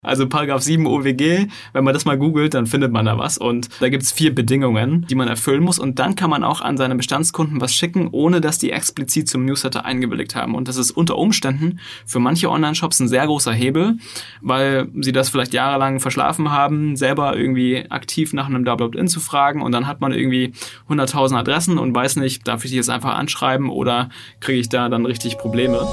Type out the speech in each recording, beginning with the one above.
Also Paragraph 7 OWG, wenn man das mal googelt, dann findet man da was. Und da gibt es 4 Bedingungen, die man erfüllen muss. Und dann kann man auch an seine Bestandskunden was schicken, ohne dass die explizit zum Newsletter eingewilligt haben. Und das ist unter Umständen für manche Online-Shops ein sehr großer Hebel, weil sie das vielleicht jahrelang verschlafen haben, selber irgendwie aktiv nach einem Double Opt-in zu fragen. Und dann hat man irgendwie 100.000 Adressen und weiß nicht, darf ich die jetzt einfach anschreiben oder kriege ich da dann richtig Probleme?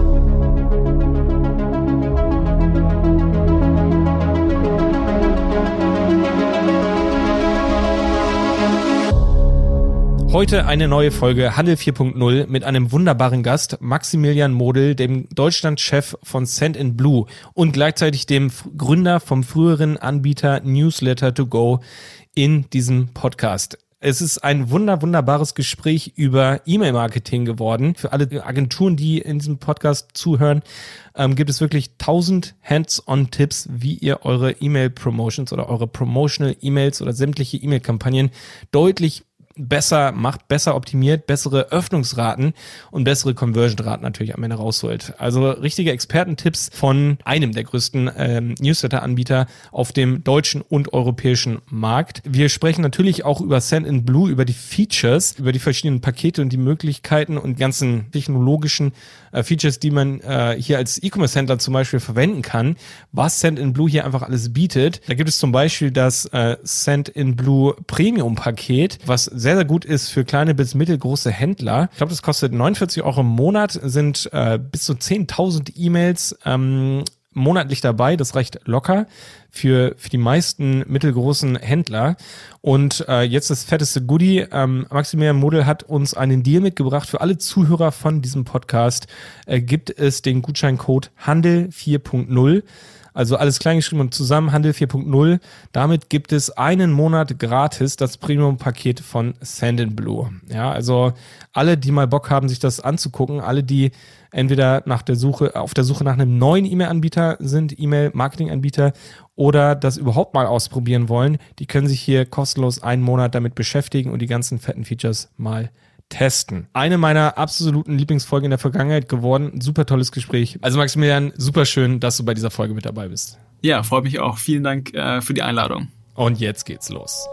Heute eine neue Folge Handel 4.0 mit einem wunderbaren Gast, Maximilian Model, dem Deutschlandchef von Send&Blue und gleichzeitig dem Gründer vom früheren Anbieter Newsletter2Go in diesem Podcast. Es ist ein wunderbares Gespräch über E-Mail-Marketing geworden. Für alle Agenturen, die in diesem Podcast zuhören, gibt es wirklich 1000 Hands-on-Tipps, wie ihr eure E-Mail-Promotions oder eure Promotional-E-Mails oder sämtliche E-Mail-Kampagnen deutlich besser macht, besser optimiert, bessere Öffnungsraten und bessere Conversion-Raten natürlich am Ende rausholt. Also richtige Expertentipps von einem der größten Newsletter-Anbieter auf dem deutschen und europäischen Markt. Wir sprechen natürlich auch über Send&Blue, über die Features, über die verschiedenen Pakete und die Möglichkeiten und ganzen technologischen Features, die man hier als E-Commerce-Händler zum Beispiel verwenden kann, was Send&Blue hier einfach alles bietet. Da gibt es zum Beispiel das Send&Blue Premium-Paket, was sehr gut ist für kleine bis mittelgroße Händler. Ich glaube, das kostet 49 € im Monat, sind bis zu 10.000 E-Mails monatlich dabei. Das reicht locker für die meisten mittelgroßen Händler. Und jetzt das fetteste Goodie. Maximilian Model hat uns einen Deal mitgebracht. Für alle Zuhörer von diesem Podcast gibt es den Gutscheincode Handel 4.0. Also alles kleingeschrieben und zusammen, Handel 4.0. Damit gibt es einen Monat gratis das Premium-Paket von Send&Blue. Ja, also alle, die mal Bock haben, sich das anzugucken, alle, die entweder auf der Suche nach einem neuen E-Mail-Anbieter sind, E-Mail-Marketing-Anbieter, oder das überhaupt mal ausprobieren wollen, die können sich hier kostenlos einen Monat damit beschäftigen und die ganzen fetten Features mal testen. Eine meiner absoluten Lieblingsfolgen in der Vergangenheit geworden. Super tolles Gespräch. Also Maximilian, super schön, dass du bei dieser Folge mit dabei bist. Ja, freut mich auch. Vielen Dank für die Einladung. Und jetzt geht's los.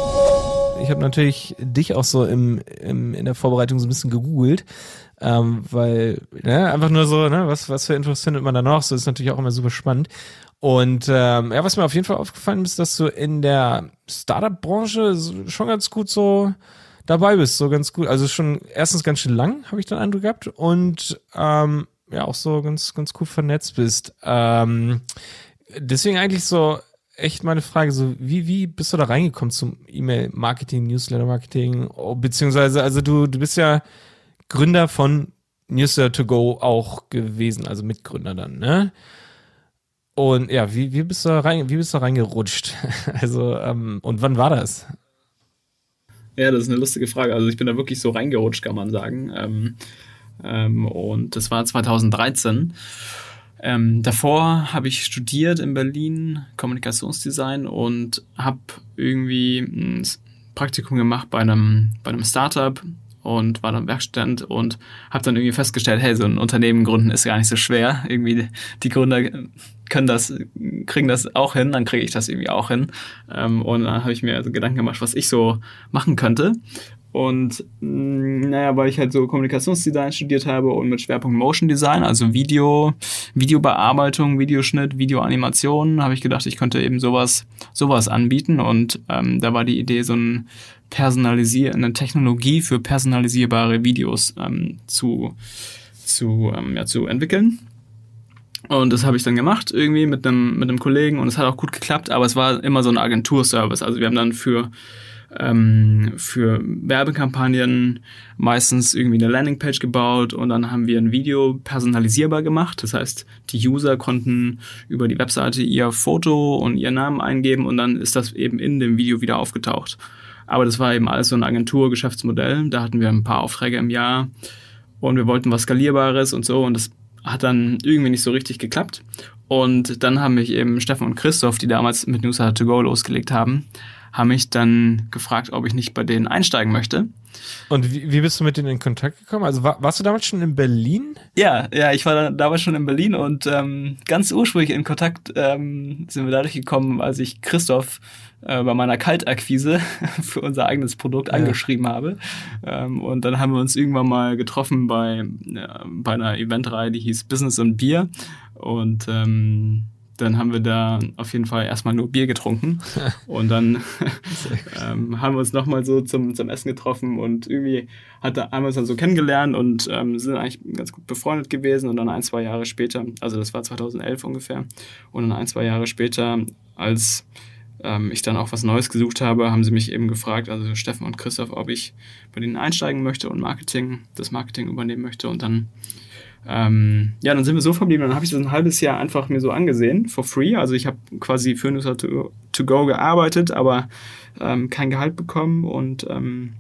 Ich habe natürlich dich auch so in der Vorbereitung so ein bisschen gegoogelt, weil einfach nur so, was für Infos findet man da noch? So ist natürlich auch immer super spannend. Und was mir auf jeden Fall aufgefallen ist, dass du in der Startup-Branche schon ganz gut so dabei bist, so ganz gut. Also schon erstens ganz schön lang, habe ich den Eindruck gehabt, und auch so ganz cool vernetzt bist. Deswegen eigentlich so echt meine Frage, so wie bist du da reingekommen zum E-Mail-Marketing, Newsletter-Marketing, beziehungsweise, also du bist ja Gründer von Newsletter2Go auch gewesen, also Mitgründer dann, ne? Und ja, wie bist du da reingerutscht? Also, und wann war das? Ja, das ist eine lustige Frage. Also ich bin da wirklich so reingerutscht, kann man sagen. Und das war 2013. Davor habe ich studiert in Berlin, Kommunikationsdesign, und habe irgendwie ein Praktikum gemacht bei einem Startup und war dann Werkstudent und habe dann irgendwie festgestellt, hey, so ein Unternehmen gründen ist gar nicht so schwer. Irgendwie die Gründer kriegen das auch hin, dann kriege ich das irgendwie auch hin. Und dann habe ich mir also Gedanken gemacht, was ich so machen könnte. Und weil ich halt so Kommunikationsdesign studiert habe und mit Schwerpunkt Motion Design, also Videobearbeitung, Videoschnitt, Videoanimation, habe ich gedacht, ich könnte eben sowas anbieten. Und da war die Idee, so eine Technologie für personalisierbare Videos zu entwickeln. Und das habe ich dann gemacht, irgendwie mit einem Kollegen, und es hat auch gut geklappt, aber es war immer so ein Agenturservice. Also wir haben dann für Werbekampagnen meistens irgendwie eine Landingpage gebaut, und dann haben wir ein Video personalisierbar gemacht. Das heißt, die User konnten über die Webseite ihr Foto und ihren Namen eingeben, und dann ist das eben in dem Video wieder aufgetaucht. Aber das war eben alles so ein Agentur-Geschäftsmodell. Da hatten wir ein paar Aufträge im Jahr und wir wollten was Skalierbares und so, und das hat dann irgendwie nicht so richtig geklappt. Und dann haben mich eben Steffen und Christoph, die damals mit Newsletter2Go losgelegt haben haben mich dann gefragt, ob ich nicht bei denen einsteigen möchte. Und wie bist du mit denen in Kontakt gekommen? Also warst du damals schon in Berlin? Ja, ich war damals schon in Berlin und ganz ursprünglich in Kontakt sind wir dadurch gekommen, als ich Christoph bei meiner Kaltakquise für unser eigenes Produkt angeschrieben habe. Und dann haben wir uns irgendwann mal getroffen bei einer Eventreihe, die hieß Business und Bier. Und dann haben wir da auf jeden Fall erstmal nur Bier getrunken und dann haben wir uns nochmal so zum Essen getroffen und irgendwie haben wir uns dann so kennengelernt und sind eigentlich ganz gut befreundet gewesen und dann 1-2 Jahre später, also das war 2011 ungefähr, und dann 1-2 Jahre später, als ich dann auch was Neues gesucht habe, haben sie mich eben gefragt, also Steffen und Christoph, ob ich bei denen einsteigen möchte und das Marketing übernehmen möchte und dann dann sind wir so verblieben, dann habe ich so ein halbes Jahr einfach mir so angesehen, for free, also ich habe quasi für Newsletter to go gearbeitet, aber kein Gehalt bekommen und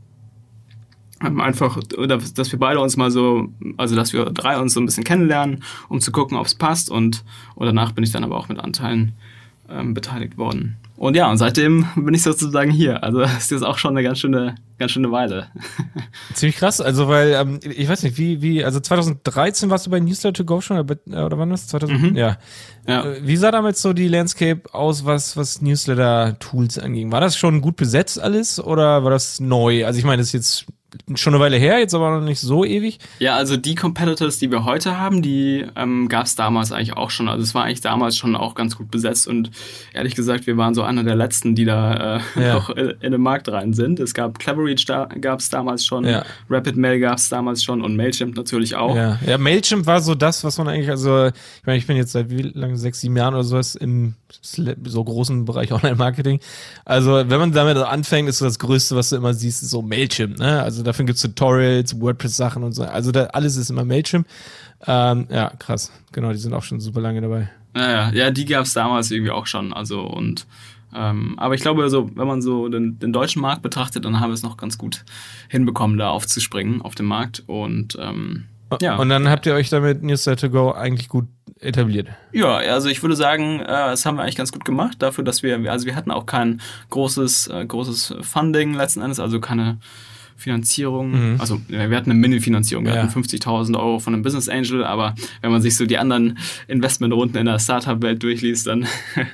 einfach, dass wir beide uns mal so, also dass wir 3 uns so ein bisschen kennenlernen, um zu gucken, ob es passt und danach bin ich dann aber auch mit Anteilen beteiligt worden. Und ja, und seitdem bin ich sozusagen hier. Also es ist auch schon eine ganz schöne Weile. Ziemlich krass, also weil, ich weiß nicht, also 2013 warst du bei Newsletter to go schon, oder wann das? 2000? Ja. Wie sah damals so die Landscape aus, was Newsletter-Tools anging? War das schon gut besetzt alles oder war das neu? Also ich meine, das ist jetzt schon eine Weile her, jetzt aber noch nicht so ewig. Ja, also die Competitors, die wir heute haben, die gab es damals eigentlich auch schon. Also es war eigentlich damals schon auch ganz gut besetzt und ehrlich gesagt, wir waren so einer der letzten, die da noch in den Markt rein sind. Es gab Cleverreach, gab es damals schon, RapidMail gab es damals schon und Mailchimp natürlich auch. Ja, Mailchimp war so das, was man eigentlich, also ich meine, ich bin jetzt seit wie lange, 6-7 Jahren oder sowas im so großen Bereich Online-Marketing. Also wenn man damit anfängt, ist so das Größte, was du immer siehst, ist so Mailchimp, ne? Also dafür gibt's Tutorials, WordPress-Sachen und so. Also da alles ist immer Mailchimp. Ja, krass. Genau, die sind auch schon super lange dabei. Ja, die gab's damals irgendwie auch schon. Also und aber ich glaube, so, wenn man so den deutschen Markt betrachtet, dann haben wir es noch ganz gut hinbekommen, da aufzuspringen auf dem Markt. Und ja. Und dann habt ihr euch damit Newsletter to go eigentlich gut etabliert. Ja, also ich würde sagen, das haben wir eigentlich ganz gut gemacht, dafür, dass wir hatten auch kein großes Funding letzten Endes, also keine Finanzierung, also wir hatten eine Mini-Finanzierung, wir hatten 50.000 Euro von einem Business Angel, aber wenn man sich so die anderen Investmentrunden in der Startup-Welt durchliest, dann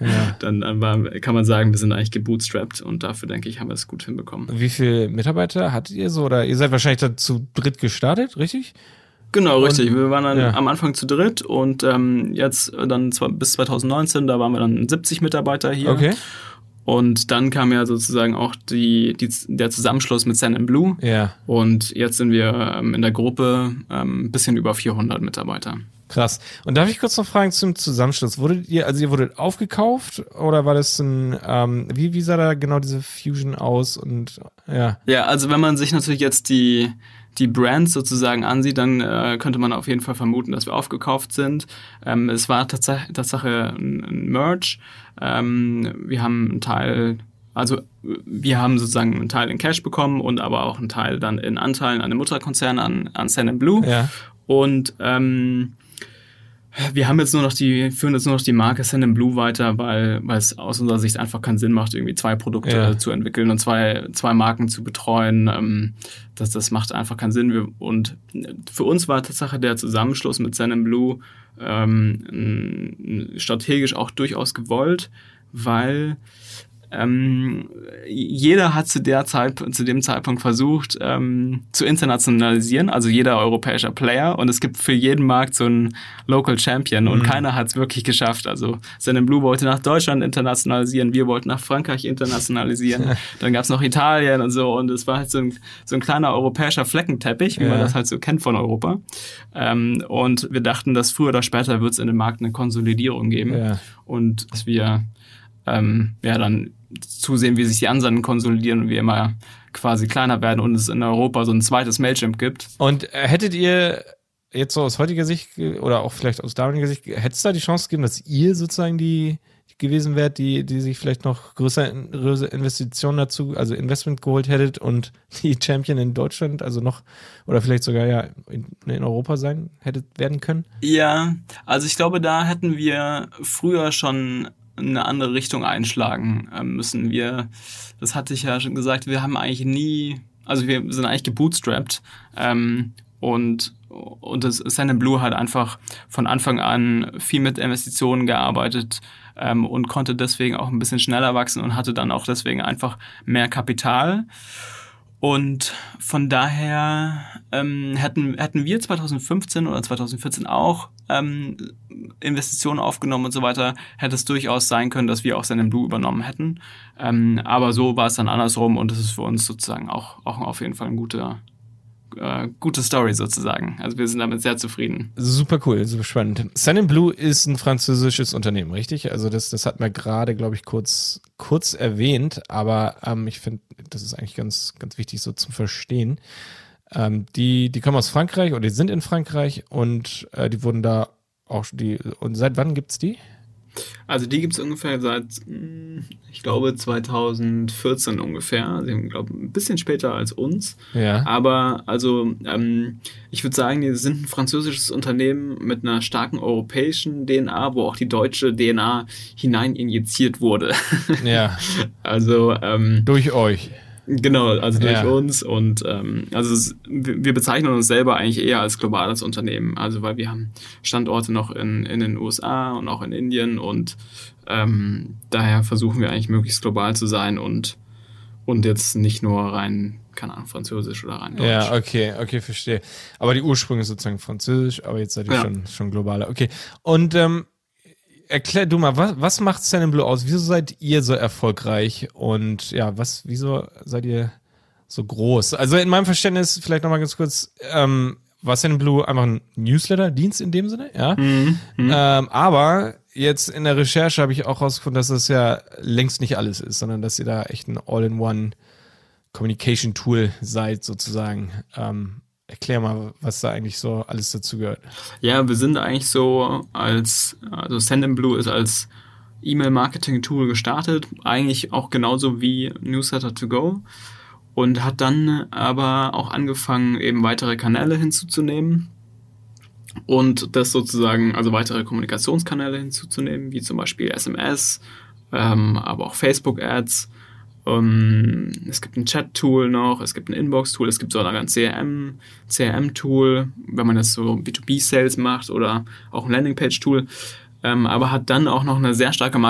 kann man sagen, wir sind eigentlich gebootstrapped und dafür, denke ich, haben wir es gut hinbekommen. Wie viele Mitarbeiter hattet ihr so, oder ihr seid wahrscheinlich da zu dritt gestartet, richtig? Genau, richtig. Wir waren dann am Anfang zu dritt und jetzt dann bis 2019, da waren wir dann 70 Mitarbeiter hier. Okay. Und dann kam ja sozusagen auch der Zusammenschluss mit Send&Blue. Ja. Und jetzt sind wir in der Gruppe ein bisschen über 400 Mitarbeiter. Krass. Und darf ich kurz noch fragen zum Zusammenschluss? Ihr wurdet aufgekauft oder war das wie sah da genau diese Fusion aus? Und ja. Ja, also wenn man sich natürlich jetzt die Brands sozusagen ansieht, dann könnte man auf jeden Fall vermuten, dass wir aufgekauft sind. Es war Tatsache ein Merge. Wir haben wir haben sozusagen einen Teil in Cash bekommen und aber auch einen Teil dann in Anteilen an den Mutterkonzern, an Send&Blue. Ja. Und wir führen jetzt nur noch die Marke Send&Blue weiter, weil es aus unserer Sicht einfach keinen Sinn macht, irgendwie 2 Produkte zu entwickeln und zwei Marken zu betreuen. Das macht einfach keinen Sinn. Und für uns war Tatsache der Zusammenschluss mit Send&Blue strategisch auch durchaus gewollt, weil jeder hat zu dem Zeitpunkt versucht, zu internationalisieren, also jeder europäischer Player, und es gibt für jeden Markt so einen Local Champion und keiner hat es wirklich geschafft. Also Send&Blue wollte nach Deutschland internationalisieren, wir wollten nach Frankreich internationalisieren, dann gab es noch Italien und so, und es war halt so ein kleiner europäischer Fleckenteppich, wie man das halt so kennt von Europa. Und wir dachten, dass früher oder später wird es in dem Markt eine Konsolidierung geben und dass wir dann zusehen, wie sich die anderen konsolidieren und wir immer quasi kleiner werden und es in Europa so ein zweites Mailchimp gibt. Und hättet ihr jetzt so aus heutiger Sicht oder auch vielleicht aus damaliger Sicht, hätte es da die Chance gegeben, dass ihr sozusagen die gewesen wärt, die sich vielleicht noch größere Investitionen dazu, also Investment geholt hättet und die Champion in Deutschland, also noch, oder vielleicht sogar in Europa hättet werden können? Ja, also ich glaube, da hätten wir früher schon eine andere Richtung einschlagen müssen. Das hatte ich ja schon gesagt, wir haben eigentlich also wir sind eigentlich gebootstrapped und das Send & Blue hat einfach von Anfang an viel mit Investitionen gearbeitet und konnte deswegen auch ein bisschen schneller wachsen und hatte dann auch deswegen einfach mehr Kapital. Und von daher hätten wir 2015 oder 2014 auch Investitionen aufgenommen und so weiter, hätte es durchaus sein können, dass wir auch Send & Blue übernommen hätten. Aber so war es dann andersrum und das ist für uns sozusagen auch auf jeden Fall eine gute Story sozusagen. Also wir sind damit sehr zufrieden. Super cool, super spannend. Send & Blue ist ein französisches Unternehmen, richtig? Also das hat man gerade, glaube ich, kurz erwähnt, aber ich finde, das ist eigentlich ganz, ganz wichtig so zum Verstehen. Die kommen aus Frankreich oder die sind in Frankreich und die wurden da auch, und seit wann gibt's die? Also die gibt es ungefähr seit, ich glaube, 2014 ungefähr. Sie glaube ein bisschen später als uns. Ja. Aber also ich würde sagen, die sind ein französisches Unternehmen mit einer starken europäischen DNA, wo auch die deutsche DNA hinein injiziert wurde. Ja. Also durch euch. Genau, also durch uns und wir bezeichnen uns selber eigentlich eher als globales Unternehmen, also weil wir haben Standorte noch in den USA und auch in Indien und daher versuchen wir eigentlich möglichst global zu sein und jetzt nicht nur rein, keine Ahnung, französisch oder rein deutsch. Ja, okay, verstehe. Aber die Ursprünge ist sozusagen französisch, aber jetzt seid ihr schon globaler. Okay, und erklär du mal, was macht Send & Blue aus? Wieso seid ihr so erfolgreich? Und ja, wieso seid ihr so groß? Also in meinem Verständnis, vielleicht nochmal ganz kurz, war Send & Blue einfach ein Newsletter-Dienst in dem Sinne, ja. Aber jetzt in der Recherche habe ich auch rausgefunden, dass das ja längst nicht alles ist, sondern dass ihr da echt ein All-in-One Communication-Tool seid, sozusagen. Erklär mal, was da eigentlich so alles dazu gehört. Ja, wir sind eigentlich also Send & Blue ist als E-Mail-Marketing-Tool gestartet, eigentlich auch genauso wie Newsletter to go und hat dann aber auch angefangen, eben weitere Kanäle hinzuzunehmen und das sozusagen, also weitere Kommunikationskanäle hinzuzunehmen, wie zum Beispiel SMS, aber auch Facebook-Ads. Es gibt ein Chat-Tool noch, es gibt ein Inbox-Tool, es gibt sogar ein CRM-Tool, wenn man das so B2B-Sales macht oder auch ein Landingpage-Tool, aber hat dann auch noch eine sehr starke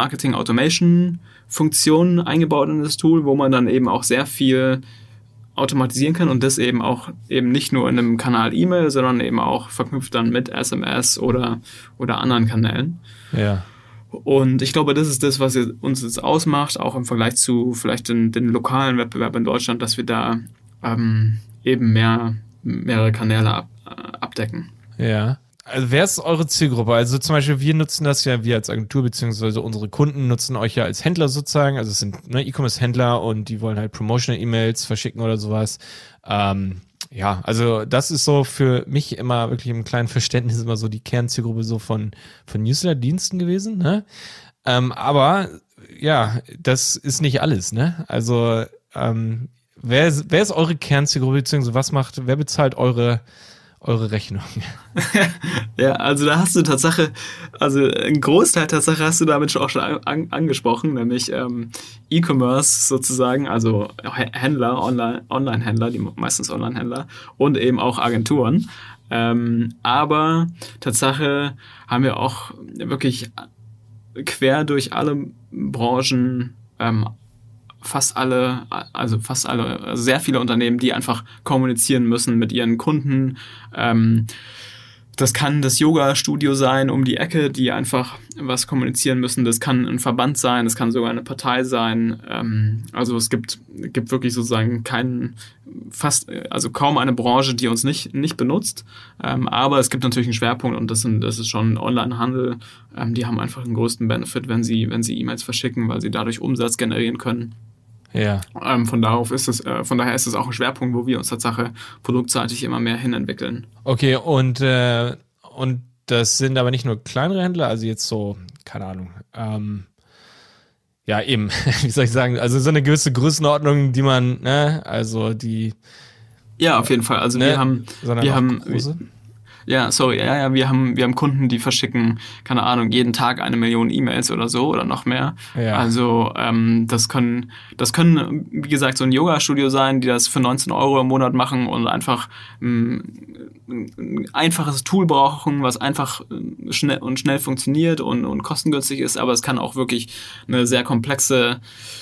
Marketing-Automation-Funktion eingebaut in das Tool, wo man dann eben auch sehr viel automatisieren kann und das eben nicht nur in einem Kanal E-Mail, sondern eben auch verknüpft dann mit SMS oder anderen Kanälen. Ja. Und ich glaube, das ist das, was uns jetzt ausmacht, auch im Vergleich zu vielleicht den lokalen Wettbewerb in Deutschland, dass wir da eben mehrere Kanäle abdecken. Ja. Also wer ist eure Zielgruppe? Also zum Beispiel, wir nutzen das ja, wir als Agentur, beziehungsweise unsere Kunden nutzen euch ja als Händler sozusagen. Also es sind E-Commerce-Händler und die wollen halt Promotional-E-Mails verschicken oder sowas. Ja, also das ist so für mich immer wirklich im kleinen Verständnis immer so die Kernzielgruppe so von Newsletter-Diensten gewesen, ne? Aber ja, das ist nicht alles, ne? Also wer ist eure Kernzielgruppe, beziehungsweise wer bezahlt eure Rechnung? Ja, also da hast du Tatsache, also einen Großteil Tatsache hast du damit auch schon angesprochen, nämlich E-Commerce sozusagen, also Händler, Online-Händler, die meistens Online-Händler und eben auch Agenturen. Aber Tatsache haben wir auch wirklich quer durch alle Branchen also sehr viele Unternehmen, die einfach kommunizieren müssen mit ihren Kunden. Das kann das Yoga-Studio sein um die Ecke, die einfach was kommunizieren müssen. Das kann ein Verband sein, das kann sogar eine Partei sein. Also es gibt wirklich sozusagen kaum eine Branche, die uns nicht benutzt. Aber es gibt natürlich einen Schwerpunkt und das ist schon Onlinehandel. Die haben einfach den größten Benefit, wenn sie E-Mails verschicken, weil sie dadurch Umsatz generieren können. Ja. Von daher ist es auch ein Schwerpunkt, wo wir uns tatsächlich produktseitig immer mehr hinentwickeln. Okay, und das sind aber nicht nur kleinere Händler, also jetzt so, keine Ahnung, ja eben, wie soll ich sagen, also so eine gewisse Größenordnung, die man, ne, also die... Ja, auf jeden Fall, also ne, wir haben große? Ja, sorry, ja, wir haben Kunden, die verschicken, keine Ahnung, jeden Tag 1 Million E-Mails oder so oder noch mehr. Ja. Also das können, wie gesagt, so ein Yoga-Studio sein, die das für 19 Euro im Monat machen und einfach ein einfaches Tool brauchen, was einfach schnell funktioniert und kostengünstig ist, aber es kann auch wirklich eine sehr komplexe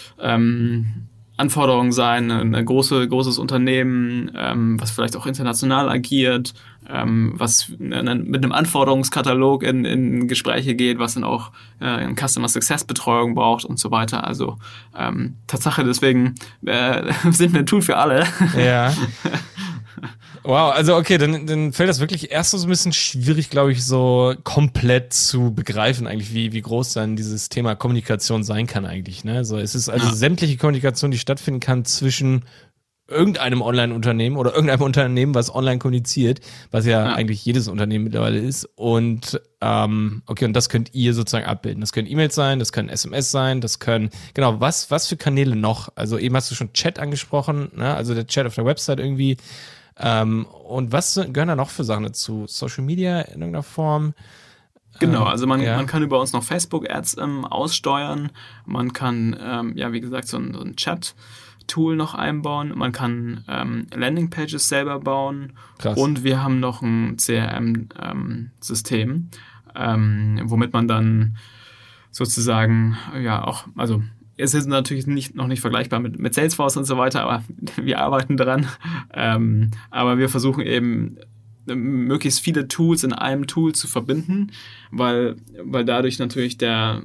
Anforderung sein, ein großes Unternehmen, was vielleicht auch international agiert, was mit einem Anforderungskatalog in Gespräche geht, was dann auch in Customer Success Betreuung braucht und so weiter. Also Tatsache, deswegen sind wir ein Tool für alle. Ja. Wow, also okay, dann fällt das wirklich erst so ein bisschen schwierig, glaube ich, so komplett zu begreifen eigentlich, wie groß dann dieses Thema Kommunikation sein kann eigentlich, ne? So, es ist also sämtliche Kommunikation, die stattfinden kann zwischen irgendeinem Online-Unternehmen oder irgendeinem Unternehmen, was online kommuniziert, was ja eigentlich jedes Unternehmen mittlerweile ist. Und okay, und das könnt ihr sozusagen abbilden. Das können E-Mails sein, das können SMS sein, das können, genau, was für Kanäle noch? Also eben hast du schon Chat angesprochen, ne? Also der Chat auf der Website irgendwie. Und was gehören da noch für Sachen dazu? Social Media in irgendeiner Form? Genau, also man kann über uns noch Facebook-Ads aussteuern. Man kann, wie gesagt, so ein Chat-Tool noch einbauen. Man kann Landingpages selber bauen. Krass. Und wir haben noch ein CRM-System, womit man dann sozusagen, also es ist natürlich noch nicht vergleichbar mit Salesforce und so weiter, aber wir arbeiten dran. Aber wir versuchen eben möglichst viele Tools in einem Tool zu verbinden, weil dadurch natürlich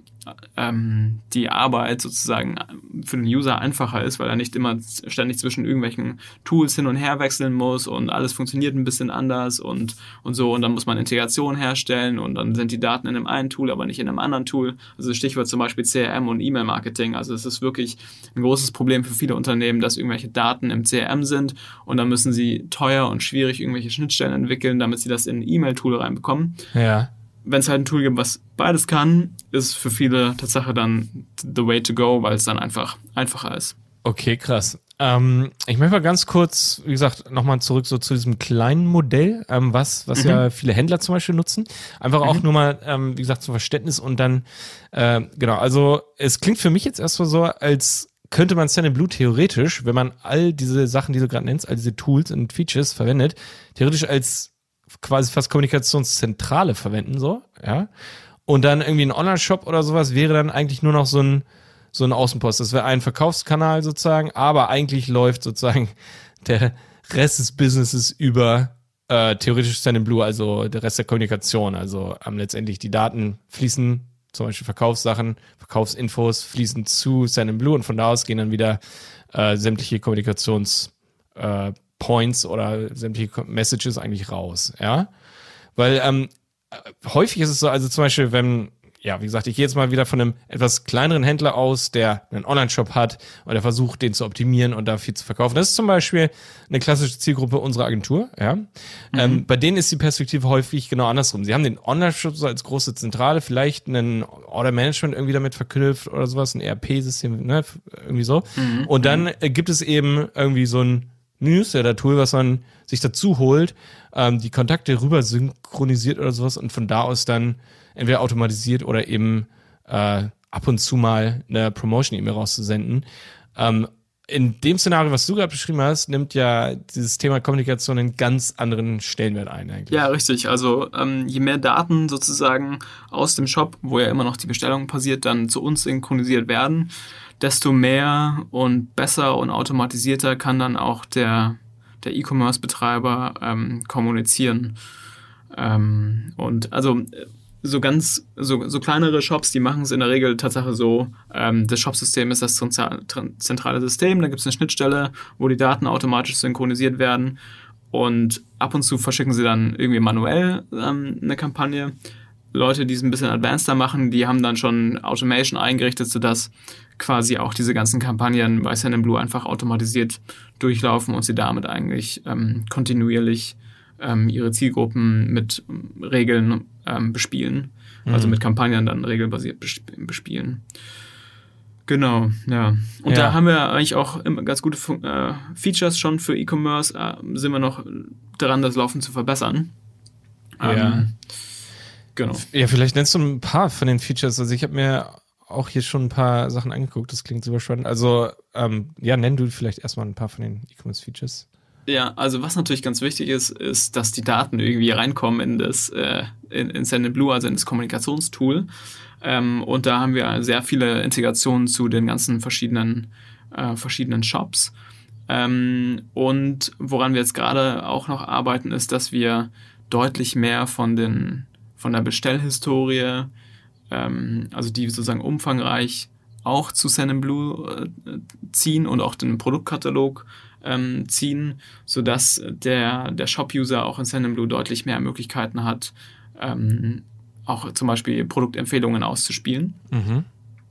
die Arbeit sozusagen für den User einfacher ist, weil er nicht immer ständig zwischen irgendwelchen Tools hin und her wechseln muss und alles funktioniert ein bisschen anders und so, und dann muss man Integration herstellen und dann sind die Daten in einem einen Tool, aber nicht in einem anderen Tool. Also Stichwort zum Beispiel CRM und E-Mail-Marketing. Also es ist wirklich ein großes Problem für viele Unternehmen, dass irgendwelche Daten im CRM sind und dann müssen sie teuer und schwierig irgendwelche Schnittstellen entwickeln, damit sie das in ein E-Mail-Tool reinbekommen. Ja. Wenn es halt ein Tool gibt, was beides kann, ist für viele Tatsache dann the way to go, weil es dann einfach einfacher ist. Okay, krass. Ich möchte mal ganz kurz, wie gesagt, nochmal zurück so zu diesem kleinen Modell, was ja viele Händler zum Beispiel nutzen. Einfach auch nur mal, wie gesagt, zum Verständnis und dann, genau, also es klingt für mich jetzt erstmal so, als könnte man Send&Blue theoretisch, wenn man all diese Sachen, die du gerade nennst, all diese Tools und Features verwendet, theoretisch als quasi fast Kommunikationszentrale verwenden, so, ja. Und dann irgendwie ein Online-Shop oder sowas wäre dann eigentlich nur noch so ein Außenpost. Das wäre ein Verkaufskanal sozusagen, aber eigentlich läuft sozusagen der Rest des Businesses über theoretisch Send&Blue, also der Rest der Kommunikation. Also letztendlich die Daten fließen, zum Beispiel Verkaufssachen, Verkaufsinfos fließen zu Send&Blue und von da aus gehen dann wieder sämtliche Kommunikations Points oder sämtliche Messages eigentlich raus, ja. Weil häufig ist es so, also zum Beispiel, wenn, ja, wie gesagt, ich gehe jetzt mal wieder von einem etwas kleineren Händler aus, der einen Online-Shop hat und der versucht, den zu optimieren und da viel zu verkaufen. Das ist zum Beispiel eine klassische Zielgruppe unserer Agentur, ja. Bei denen ist die Perspektive häufig genau andersrum. Sie haben den Online-Shop so als große Zentrale, vielleicht einen Order-Management irgendwie damit verknüpft oder sowas, ein ERP-System, ne, irgendwie so. Und dann gibt es eben irgendwie so ein Newsletter-Tool, was man sich dazu holt, die Kontakte rüber synchronisiert oder sowas und von da aus dann entweder automatisiert oder eben ab und zu mal eine Promotion-E-Mail rauszusenden. In dem Szenario, was du gerade beschrieben hast, nimmt ja dieses Thema Kommunikation einen ganz anderen Stellenwert ein eigentlich. Ja, richtig. Also je mehr Daten sozusagen aus dem Shop, wo ja immer noch die Bestellung passiert, dann zu uns synchronisiert werden, desto mehr und besser und automatisierter kann dann auch der E-Commerce-Betreiber kommunizieren. Und also so kleinere Shops, die machen es in der Regel Tatsache so, das Shopsystem ist das zentrale System, da gibt es eine Schnittstelle, wo die Daten automatisch synchronisiert werden und ab und zu verschicken sie dann irgendwie manuell eine Kampagne. Leute, die es ein bisschen advanceder machen, die haben dann schon Automation eingerichtet, sodass quasi auch diese ganzen Kampagnen bei Send&Blue einfach automatisiert durchlaufen und sie damit eigentlich kontinuierlich ihre Zielgruppen mit Regeln bespielen. Also mit Kampagnen dann regelbasiert bespielen. Genau, ja. Und da haben wir eigentlich auch immer ganz gute Features schon für E-Commerce. Sind wir noch dran, das Laufen zu verbessern. Ja. Genau. Ja, vielleicht nennst du ein paar von den Features. Also ich habe mir auch hier schon ein paar Sachen angeguckt. Das klingt super spannend. Also, nenn du vielleicht erstmal ein paar von den E-Commerce-Features. Ja, also was natürlich ganz wichtig ist, dass die Daten irgendwie reinkommen in das in Sendinblue, also in das Kommunikationstool. Und da haben wir sehr viele Integrationen zu den ganzen verschiedenen Shops. Und woran wir jetzt gerade auch noch arbeiten, ist, dass wir deutlich mehr von der Bestellhistorie, also die sozusagen umfangreich auch zu Sendinblue ziehen und auch den Produktkatalog ziehen, sodass der Shop-User auch in Sendinblue deutlich mehr Möglichkeiten hat, auch zum Beispiel Produktempfehlungen auszuspielen. Mhm.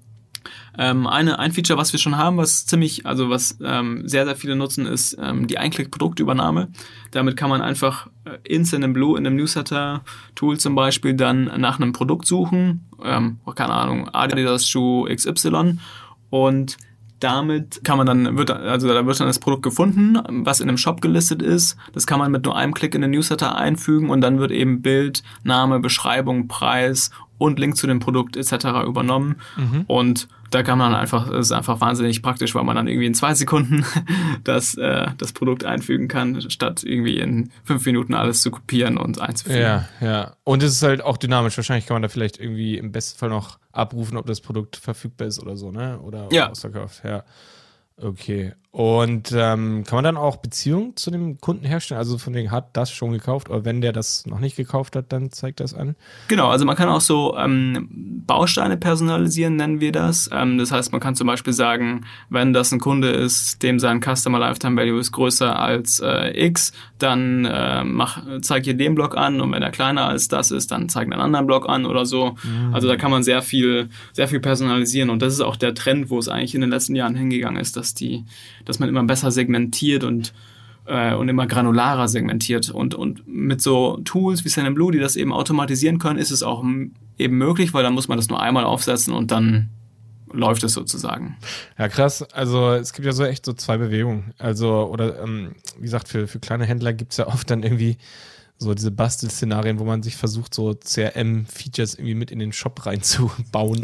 Ein Feature, was wir schon haben, was sehr, sehr viele nutzen, ist die Ein-Klick-Produktübernahme. Damit kann man einfach in Sendinblue, in einem Newsletter-Tool zum Beispiel, dann nach einem Produkt suchen, keine Ahnung, Adidas-Schuh XY, und damit kann man da wird dann das Produkt gefunden, was in einem Shop gelistet ist. Das kann man mit nur einem Klick in den Newsletter einfügen und dann wird eben Bild, Name, Beschreibung, Preis und Link zu dem Produkt etc. übernommen. Mhm. Und da kann man das ist einfach wahnsinnig praktisch, weil man dann irgendwie in 2 Sekunden das Produkt einfügen kann, statt irgendwie in 5 Minuten alles zu kopieren und einzufügen. Ja. Und es ist halt auch dynamisch. Wahrscheinlich kann man da vielleicht irgendwie im besten Fall noch abrufen, ob das Produkt verfügbar ist oder so, ne? Oder ausverkauft. Ja. Okay. Und kann man dann auch Beziehungen zu dem Kunden herstellen? Also von wegen, hat das schon gekauft, oder wenn der das noch nicht gekauft hat, dann zeigt das an? Genau, also man kann auch so Bausteine personalisieren, nennen wir das. Das heißt, man kann zum Beispiel sagen, wenn das ein Kunde ist, dem sein Customer Lifetime Value ist größer als X, dann zeig hier den Block an, und wenn er kleiner als das ist, dann zeig einen anderen Block an oder so. Mhm. Also da kann man sehr viel personalisieren, und das ist auch der Trend, wo es eigentlich in den letzten Jahren hingegangen ist, dass man immer besser segmentiert und immer granularer segmentiert. Und mit so Tools wie Sendinblue, die das eben automatisieren können, ist es auch eben möglich, weil dann muss man das nur einmal aufsetzen und dann läuft es sozusagen. Ja, krass. Also es gibt ja so echt so 2 Bewegungen. Also, oder wie gesagt, für kleine Händler gibt es ja oft dann irgendwie so diese Bastelszenarien, wo man sich versucht, so CRM-Features irgendwie mit in den Shop reinzubauen.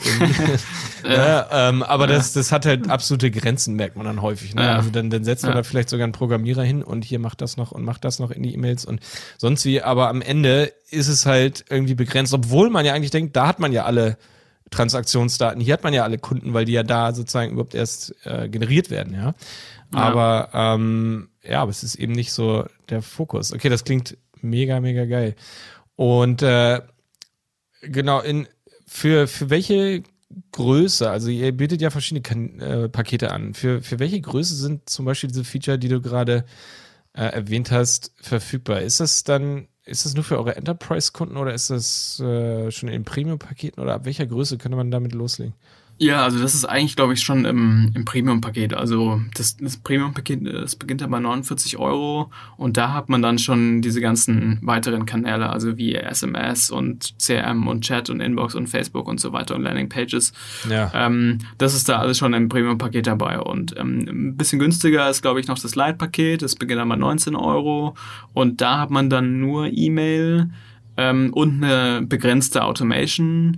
Aber das hat halt absolute Grenzen, merkt man dann häufig. Ne? Ja. Also dann setzt man da vielleicht sogar einen Programmierer hin und hier macht das noch und macht das noch in die E-Mails und sonst wie. Aber am Ende ist es halt irgendwie begrenzt, obwohl man ja eigentlich denkt, da hat man ja alle Transaktionsdaten, hier hat man ja alle Kunden, weil die ja da sozusagen überhaupt erst generiert werden, ja. Aber aber es ist eben nicht so der Fokus. Okay, das klingt mega, mega geil. Und genau, für welche Größe, also ihr bietet ja verschiedene Pakete an, für welche Größe sind zum Beispiel diese Feature, die du gerade erwähnt hast, verfügbar? Ist das nur für eure Enterprise-Kunden oder ist das schon in Premium-Paketen, oder ab welcher Größe könnte man damit loslegen? Ja, also das ist eigentlich, glaube ich, schon im Premium-Paket. Also das Premium-Paket, das beginnt ja bei 49 €, und da hat man dann schon diese ganzen weiteren Kanäle, also wie SMS und CRM und Chat und Inbox und Facebook und so weiter und Landing-Pages. Ja. Das ist da alles schon im Premium-Paket dabei. Und ein bisschen günstiger ist, glaube ich, noch das Lite-Paket. Das beginnt dann bei 19 €, und da hat man dann nur E-Mail und eine begrenzte Automation.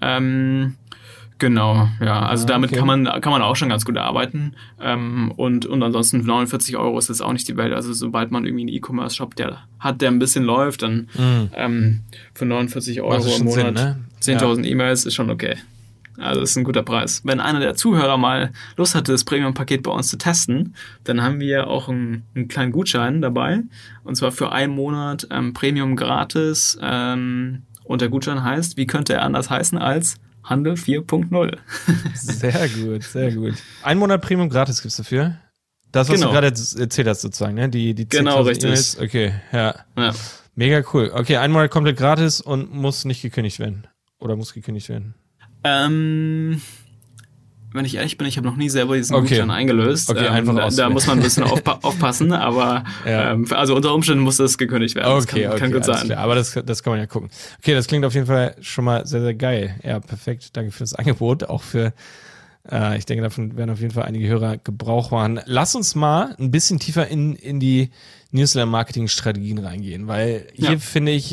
Genau, ja, also damit kann man auch schon ganz gut arbeiten, und ansonsten 49 € ist jetzt auch nicht die Welt, also sobald man irgendwie einen E-Commerce-Shop der ein bisschen läuft, dann für 49 € im Monat, Sinn, ne? 10.000 E-Mails ist schon okay. Also das ist ein guter Preis. Wenn einer der Zuhörer mal Lust hatte, das Premium-Paket bei uns zu testen, dann haben wir auch einen kleinen Gutschein dabei, und zwar für 1 Monat Premium gratis, und der Gutschein heißt, wie könnte er anders heißen als Handel 4.0. Sehr gut, sehr gut. 1 Monat Premium gratis gibt's dafür? Das, was du gerade erzählt hast, sozusagen, ne? Die 10.000 genau, richtig. E-Mails. Okay, ja. Mega cool. Okay, 1 Monat komplett gratis und muss nicht gekündigt werden. Oder muss gekündigt werden? Wenn ich ehrlich bin, ich habe noch nie selber diesen Gutschein eingelöst. Okay, einfach da muss man ein bisschen aufpassen, aber also unter Umständen muss das gekündigt werden. Okay, das kann gut sein. Klar. Aber das kann man ja gucken. Okay, das klingt auf jeden Fall schon mal sehr, sehr geil. Ja, perfekt. Danke für das Angebot, auch für Ich denke, davon werden auf jeden Fall einige Hörer Gebrauch machen. Lass uns mal ein bisschen tiefer in die Newsletter-Marketing-Strategien reingehen, weil hier finde ich,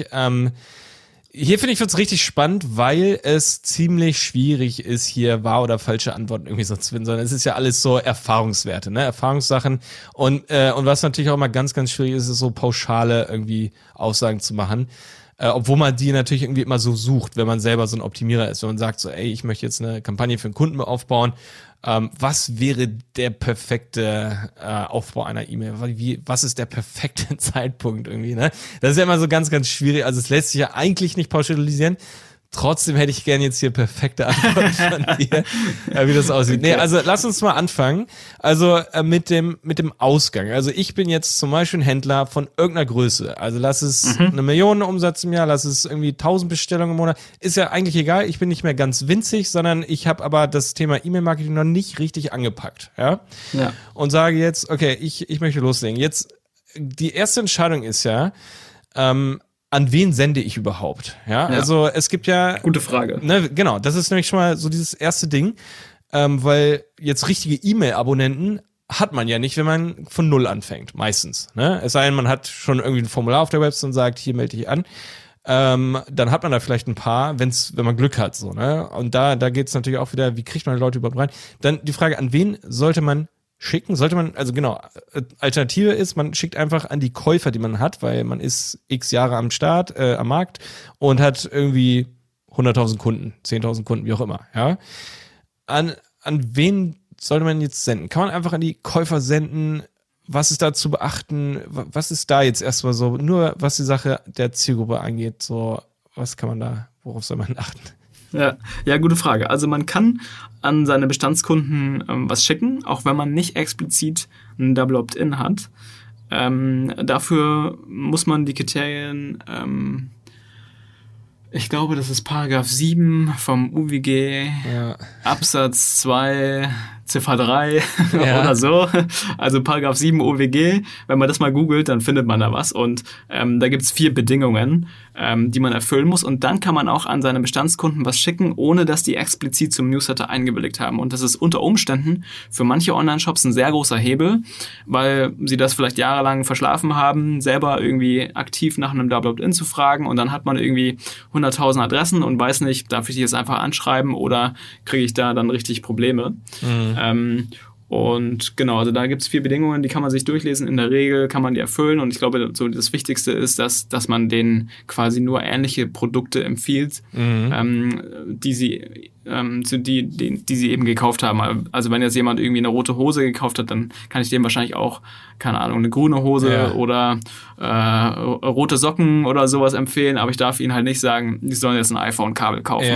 wird es richtig spannend, weil es ziemlich schwierig ist, hier wahr oder falsche Antworten irgendwie so zu finden, sondern es ist ja alles so Erfahrungswerte, ne? Erfahrungssachen und was natürlich auch immer ganz, ganz schwierig ist, ist so pauschale irgendwie Aussagen zu machen. Obwohl man die natürlich irgendwie immer so sucht, wenn man selber so ein Optimierer ist, wenn man sagt so, ey, ich möchte jetzt eine Kampagne für einen Kunden aufbauen, was wäre der perfekte Aufbau einer E-Mail? Was ist der perfekte Zeitpunkt irgendwie, ne? Das ist ja immer so ganz, ganz schwierig, also es lässt sich ja eigentlich nicht pauschalisieren. Trotzdem hätte ich gerne jetzt hier perfekte Antworten von dir, wie das aussieht. Okay. Nee, also lass uns mal anfangen. Also mit dem Ausgang. Also ich bin jetzt zum Beispiel ein Händler von irgendeiner Größe. Also lass es 1 Million Umsatz im Jahr, lass es irgendwie 1000 Bestellungen im Monat. Ist ja eigentlich egal. Ich bin nicht mehr ganz winzig, sondern ich habe aber das Thema E-Mail-Marketing noch nicht richtig angepackt. Ja. Und sage jetzt, okay, ich möchte loslegen. Jetzt, die erste Entscheidung ist ja, an wen sende ich überhaupt? Ja, also es gibt ja... Gute Frage. Ne, genau, das ist nämlich schon mal so dieses erste Ding, weil jetzt richtige E-Mail-Abonnenten hat man ja nicht, wenn man von Null anfängt, meistens. Ne? Es sei denn, man hat schon irgendwie ein Formular auf der Website und sagt, hier melde dich an. Dann hat man da vielleicht ein paar, wenn man Glück hat. So, ne? Und da geht es natürlich auch wieder, wie kriegt man die Leute überhaupt rein? Dann die Frage, an wen sollte man schicken? Sollte man, also genau, Alternative ist, man schickt einfach an die Käufer, die man hat, weil man ist x Jahre am Start, am Markt und hat irgendwie 100.000 Kunden, 10.000 Kunden, wie auch immer, ja. An wen sollte man jetzt senden? Kann man einfach an die Käufer senden? Was ist da zu beachten? Was ist da jetzt erstmal so, nur was die Sache der Zielgruppe angeht, so, was kann man da, worauf soll man achten? Ja, gute Frage. Also man kann an seine Bestandskunden was schicken, auch wenn man nicht explizit ein Double Opt-in hat. Dafür muss man die Kriterien, ich glaube, das ist Paragraph 7 vom UWG, Absatz 2, Ziffer 3 oder so. Also Paragraph 7 OWG. Wenn man das mal googelt, dann findet man da was. Und da gibt's 4 Bedingungen, die man erfüllen muss. Und dann kann man auch an seine Bestandskunden was schicken, ohne dass die explizit zum Newsletter eingewilligt haben. Und das ist unter Umständen für manche Online-Shops ein sehr großer Hebel, weil sie das vielleicht jahrelang verschlafen haben, selber irgendwie aktiv nach einem Double Opt-in zu fragen. Und dann hat man irgendwie 100.000 Adressen und weiß nicht, darf ich die jetzt einfach anschreiben oder kriege ich da dann richtig Probleme? Und genau, also da gibt es 4 Bedingungen, die kann man sich durchlesen. In der Regel kann man die erfüllen und ich glaube, so das Wichtigste ist, dass man denen quasi nur ähnliche Produkte empfiehlt, die sie eben gekauft haben. Also wenn jetzt jemand irgendwie eine rote Hose gekauft hat, dann kann ich dem wahrscheinlich auch, keine Ahnung, eine grüne Hose oder rote Socken oder sowas empfehlen, aber ich darf ihnen halt nicht sagen, die sollen jetzt ein iPhone-Kabel kaufen.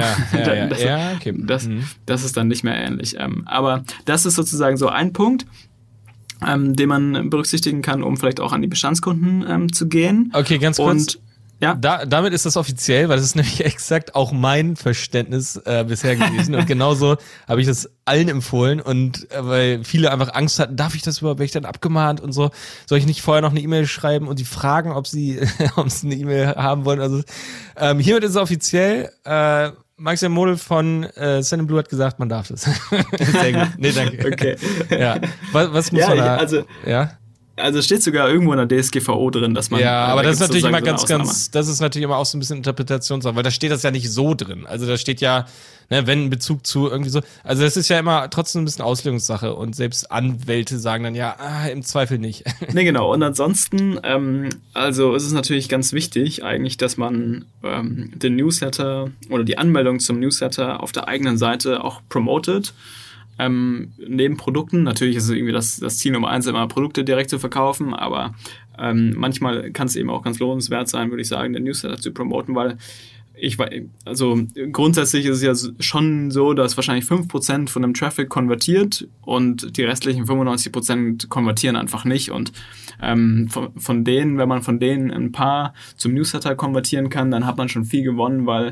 Das ist dann nicht mehr ähnlich. Aber das ist sozusagen so ein Punkt, den man berücksichtigen kann, um vielleicht auch an die Bestandskunden zu gehen. Okay, ganz kurz. Und ja. Damit ist das offiziell, weil das ist nämlich exakt auch mein Verständnis bisher gewesen. Und genauso habe ich das allen empfohlen. Und weil viele einfach Angst hatten, darf ich das überhaupt, werde ich dann abgemahnt und so. Soll ich nicht vorher noch eine E-Mail schreiben und die fragen, ob sie eine E-Mail haben wollen? Also hiermit ist es offiziell. Maximilian Model von Send & Blue hat gesagt, man darf das. Sehr gut. Nee, danke. Okay. Ja. Was muss man da? Also es steht sogar irgendwo in der DSGVO drin, dass man... Ja, aber das ist natürlich immer das ist natürlich immer auch so ein bisschen Interpretationssache, weil da steht das ja nicht so drin. Also da steht ja, ne, wenn ein Bezug zu irgendwie so, also das ist ja immer trotzdem ein bisschen Auslegungssache und selbst Anwälte sagen dann ja, im Zweifel nicht. Nee, genau. Und ansonsten, also ist es natürlich ganz wichtig eigentlich, dass man den Newsletter oder die Anmeldung zum Newsletter auf der eigenen Seite auch promotet. Neben Produkten, natürlich ist es irgendwie das Ziel Nummer 1, immer Produkte direkt zu verkaufen, aber manchmal kann es eben auch ganz lohnenswert sein, würde ich sagen, den Newsletter zu promoten, weil grundsätzlich ist es ja schon so, dass wahrscheinlich 5% von dem Traffic konvertiert und die restlichen 95% konvertieren einfach nicht und wenn man von denen ein paar zum Newsletter konvertieren kann, dann hat man schon viel gewonnen, weil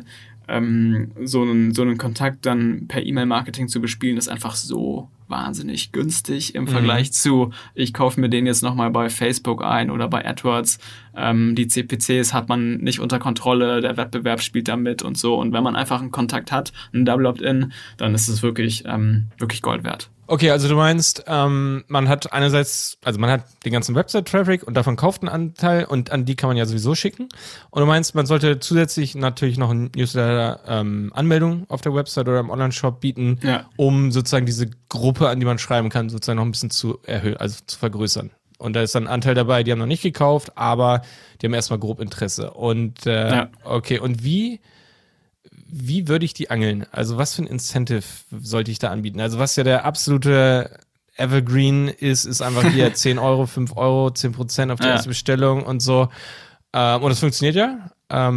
so einen Kontakt dann per E-Mail-Marketing zu bespielen, ist einfach so wahnsinnig günstig im Vergleich zu, ich kaufe mir den jetzt nochmal bei Facebook ein oder bei AdWords. Die CPCs hat man nicht unter Kontrolle, der Wettbewerb spielt da mit und so. Und wenn man einfach einen Kontakt hat, einen Double Opt-in, dann ist es wirklich Gold wert. Okay, also du meinst, man hat einerseits, also man hat den ganzen Website-Traffic und davon kauft einen Anteil und an die kann man ja sowieso schicken. Und du meinst, man sollte zusätzlich natürlich noch ein Newsletter-Anmeldung auf der Website oder im Online-Shop bieten, um sozusagen diese Gruppe, an die man schreiben kann, sozusagen noch ein bisschen zu erhöhen, also zu vergrößern. Und da ist dann ein Anteil dabei, die haben noch nicht gekauft, aber die haben erstmal grob Interesse. Und okay, und wie würde ich die angeln? Also was für ein Incentive sollte ich da anbieten? Also was ja der absolute Evergreen ist einfach hier 10 Euro, 5 Euro, 10% auf die erste Bestellung und so. Und das funktioniert ja.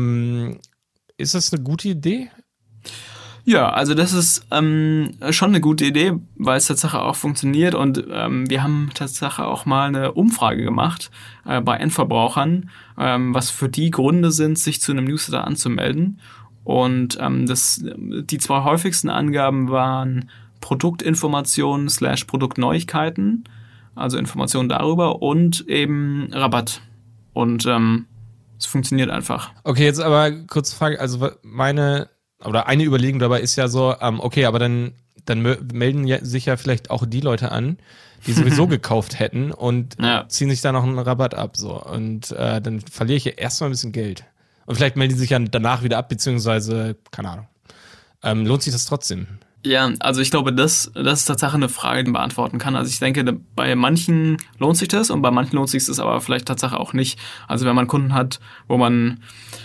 Ist das eine gute Idee? Ja, also das ist schon eine gute Idee, weil es tatsächlich auch funktioniert und wir haben tatsächlich auch mal eine Umfrage gemacht bei Endverbrauchern, was für die Gründe sind, sich zu einem Newsletter anzumelden. Und die zwei häufigsten Angaben waren Produktinformationen / Produktneuigkeiten, also Informationen darüber und eben Rabatt. Und es funktioniert einfach. Okay, jetzt aber kurze Frage, also eine Überlegung dabei ist ja so, okay, aber dann melden sich ja vielleicht auch die Leute an, die sowieso gekauft hätten und ziehen sich da noch einen Rabatt ab. So. Und dann verliere ich ja erstmal ein bisschen Geld. Und vielleicht melden die sich ja danach wieder ab, beziehungsweise, keine Ahnung. Lohnt sich das trotzdem? Ja, also ich glaube, das ist tatsächlich eine Frage, die man beantworten kann. Also ich denke, bei manchen lohnt sich das und bei manchen lohnt sich das aber vielleicht tatsächlich auch nicht. Also wenn man Kunden hat, wo man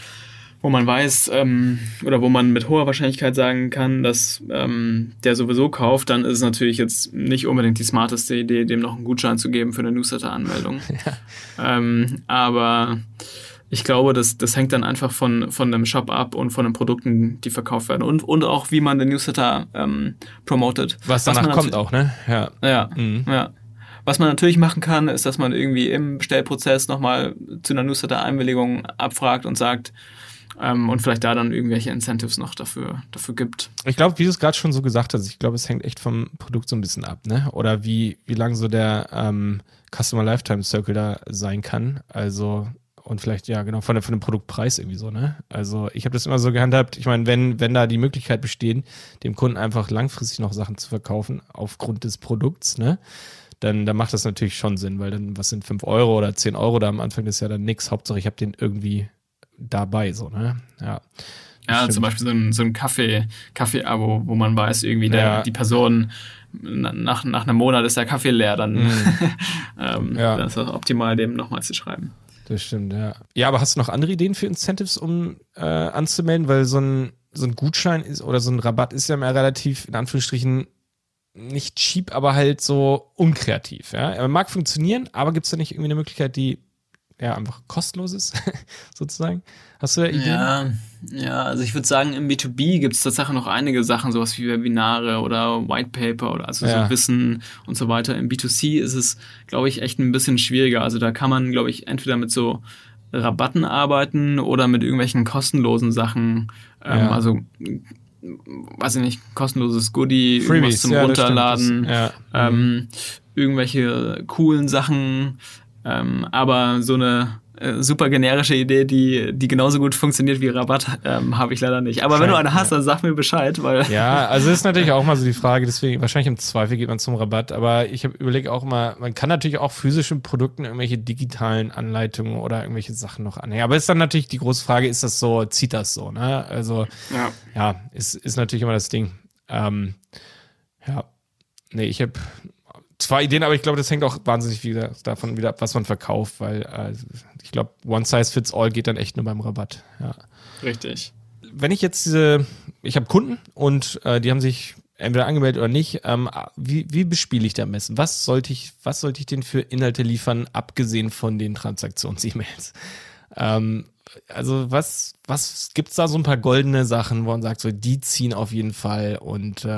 weiß oder wo man mit hoher Wahrscheinlichkeit sagen kann, dass der sowieso kauft, dann ist es natürlich jetzt nicht unbedingt die smarteste Idee, dem noch einen Gutschein zu geben für eine Newsletter-Anmeldung. Aber ich glaube, das hängt dann einfach von einem Shop ab und von den Produkten, die verkauft werden und auch, wie man den Newsletter promotet. Was danach kommt auch, ne? Ja. Was man natürlich machen kann, ist, dass man irgendwie im Bestellprozess nochmal zu einer Newsletter-Einwilligung abfragt und sagt, und vielleicht da dann irgendwelche Incentives noch dafür gibt. Ich glaube, wie du es gerade schon so gesagt hast, ich glaube, es hängt echt vom Produkt so ein bisschen ab, ne? Oder wie lang so der Customer Lifetime Circle da sein kann. Also und vielleicht, ja, genau, von dem Produktpreis irgendwie so, ne? Also ich habe das immer so gehandhabt, ich meine, wenn da die Möglichkeit besteht, dem Kunden einfach langfristig noch Sachen zu verkaufen aufgrund des Produkts, ne? Dann macht das natürlich schon Sinn, weil dann, was sind 5 Euro oder 10 Euro da am Anfang, ist ja dann nix. Hauptsache, ich habe den irgendwie dabei, so, ne? Ja. Ja, zum Beispiel so ein Kaffee-Abo, wo man weiß, irgendwie die Person, nach einem Monat ist der Kaffee leer, dann dann ist das optimal, dem nochmal zu schreiben. Das stimmt, ja. Ja, aber hast du noch andere Ideen für Incentives, um anzumelden? Weil so ein Gutschein ist oder so ein Rabatt ist ja immer relativ, in Anführungsstrichen, nicht cheap, aber halt so unkreativ. Ja? Er mag funktionieren, aber gibt es da nicht irgendwie eine Möglichkeit, die einfach kostenlos ist, sozusagen? Hast du da Ideen? Ja, also ich würde sagen, im B2B gibt es tatsächlich noch einige Sachen, sowas wie Webinare oder White Paper oder so Wissen und so weiter. Im B2C ist es, glaube ich, echt ein bisschen schwieriger. Also da kann man, glaube ich, entweder mit so Rabatten arbeiten oder mit irgendwelchen kostenlosen Sachen. Also, weiß ich nicht, kostenloses Goodie, Freebies, irgendwas zum Runterladen, irgendwelche coolen Sachen. Aber so eine super generische Idee, die genauso gut funktioniert wie Rabatt, habe ich leider nicht. Aber wenn du eine hast, dann sag mir Bescheid. Weil ja, also ist natürlich auch mal so die Frage, deswegen wahrscheinlich im Zweifel geht man zum Rabatt, aber ich überlege auch mal, man kann natürlich auch physischen Produkten irgendwelche digitalen Anleitungen oder irgendwelche Sachen noch anhängen. Aber ist dann natürlich die große Frage, ist das so, zieht das so, ne? Also ist natürlich immer das Ding. Ich habe 2 Ideen, aber ich glaube, das hängt auch wahnsinnig viel davon wieder ab, was man verkauft, weil ich glaube, One Size Fits All geht dann echt nur beim Rabatt. Ja. Richtig. Wenn ich jetzt ich habe Kunden und die haben sich entweder angemeldet oder nicht, wie bespiele ich da am besten? Was sollte ich denen für Inhalte liefern, abgesehen von den Transaktions-E-Mails? Also was gibt's da so ein paar goldene Sachen, wo man sagt, so die ziehen auf jeden Fall und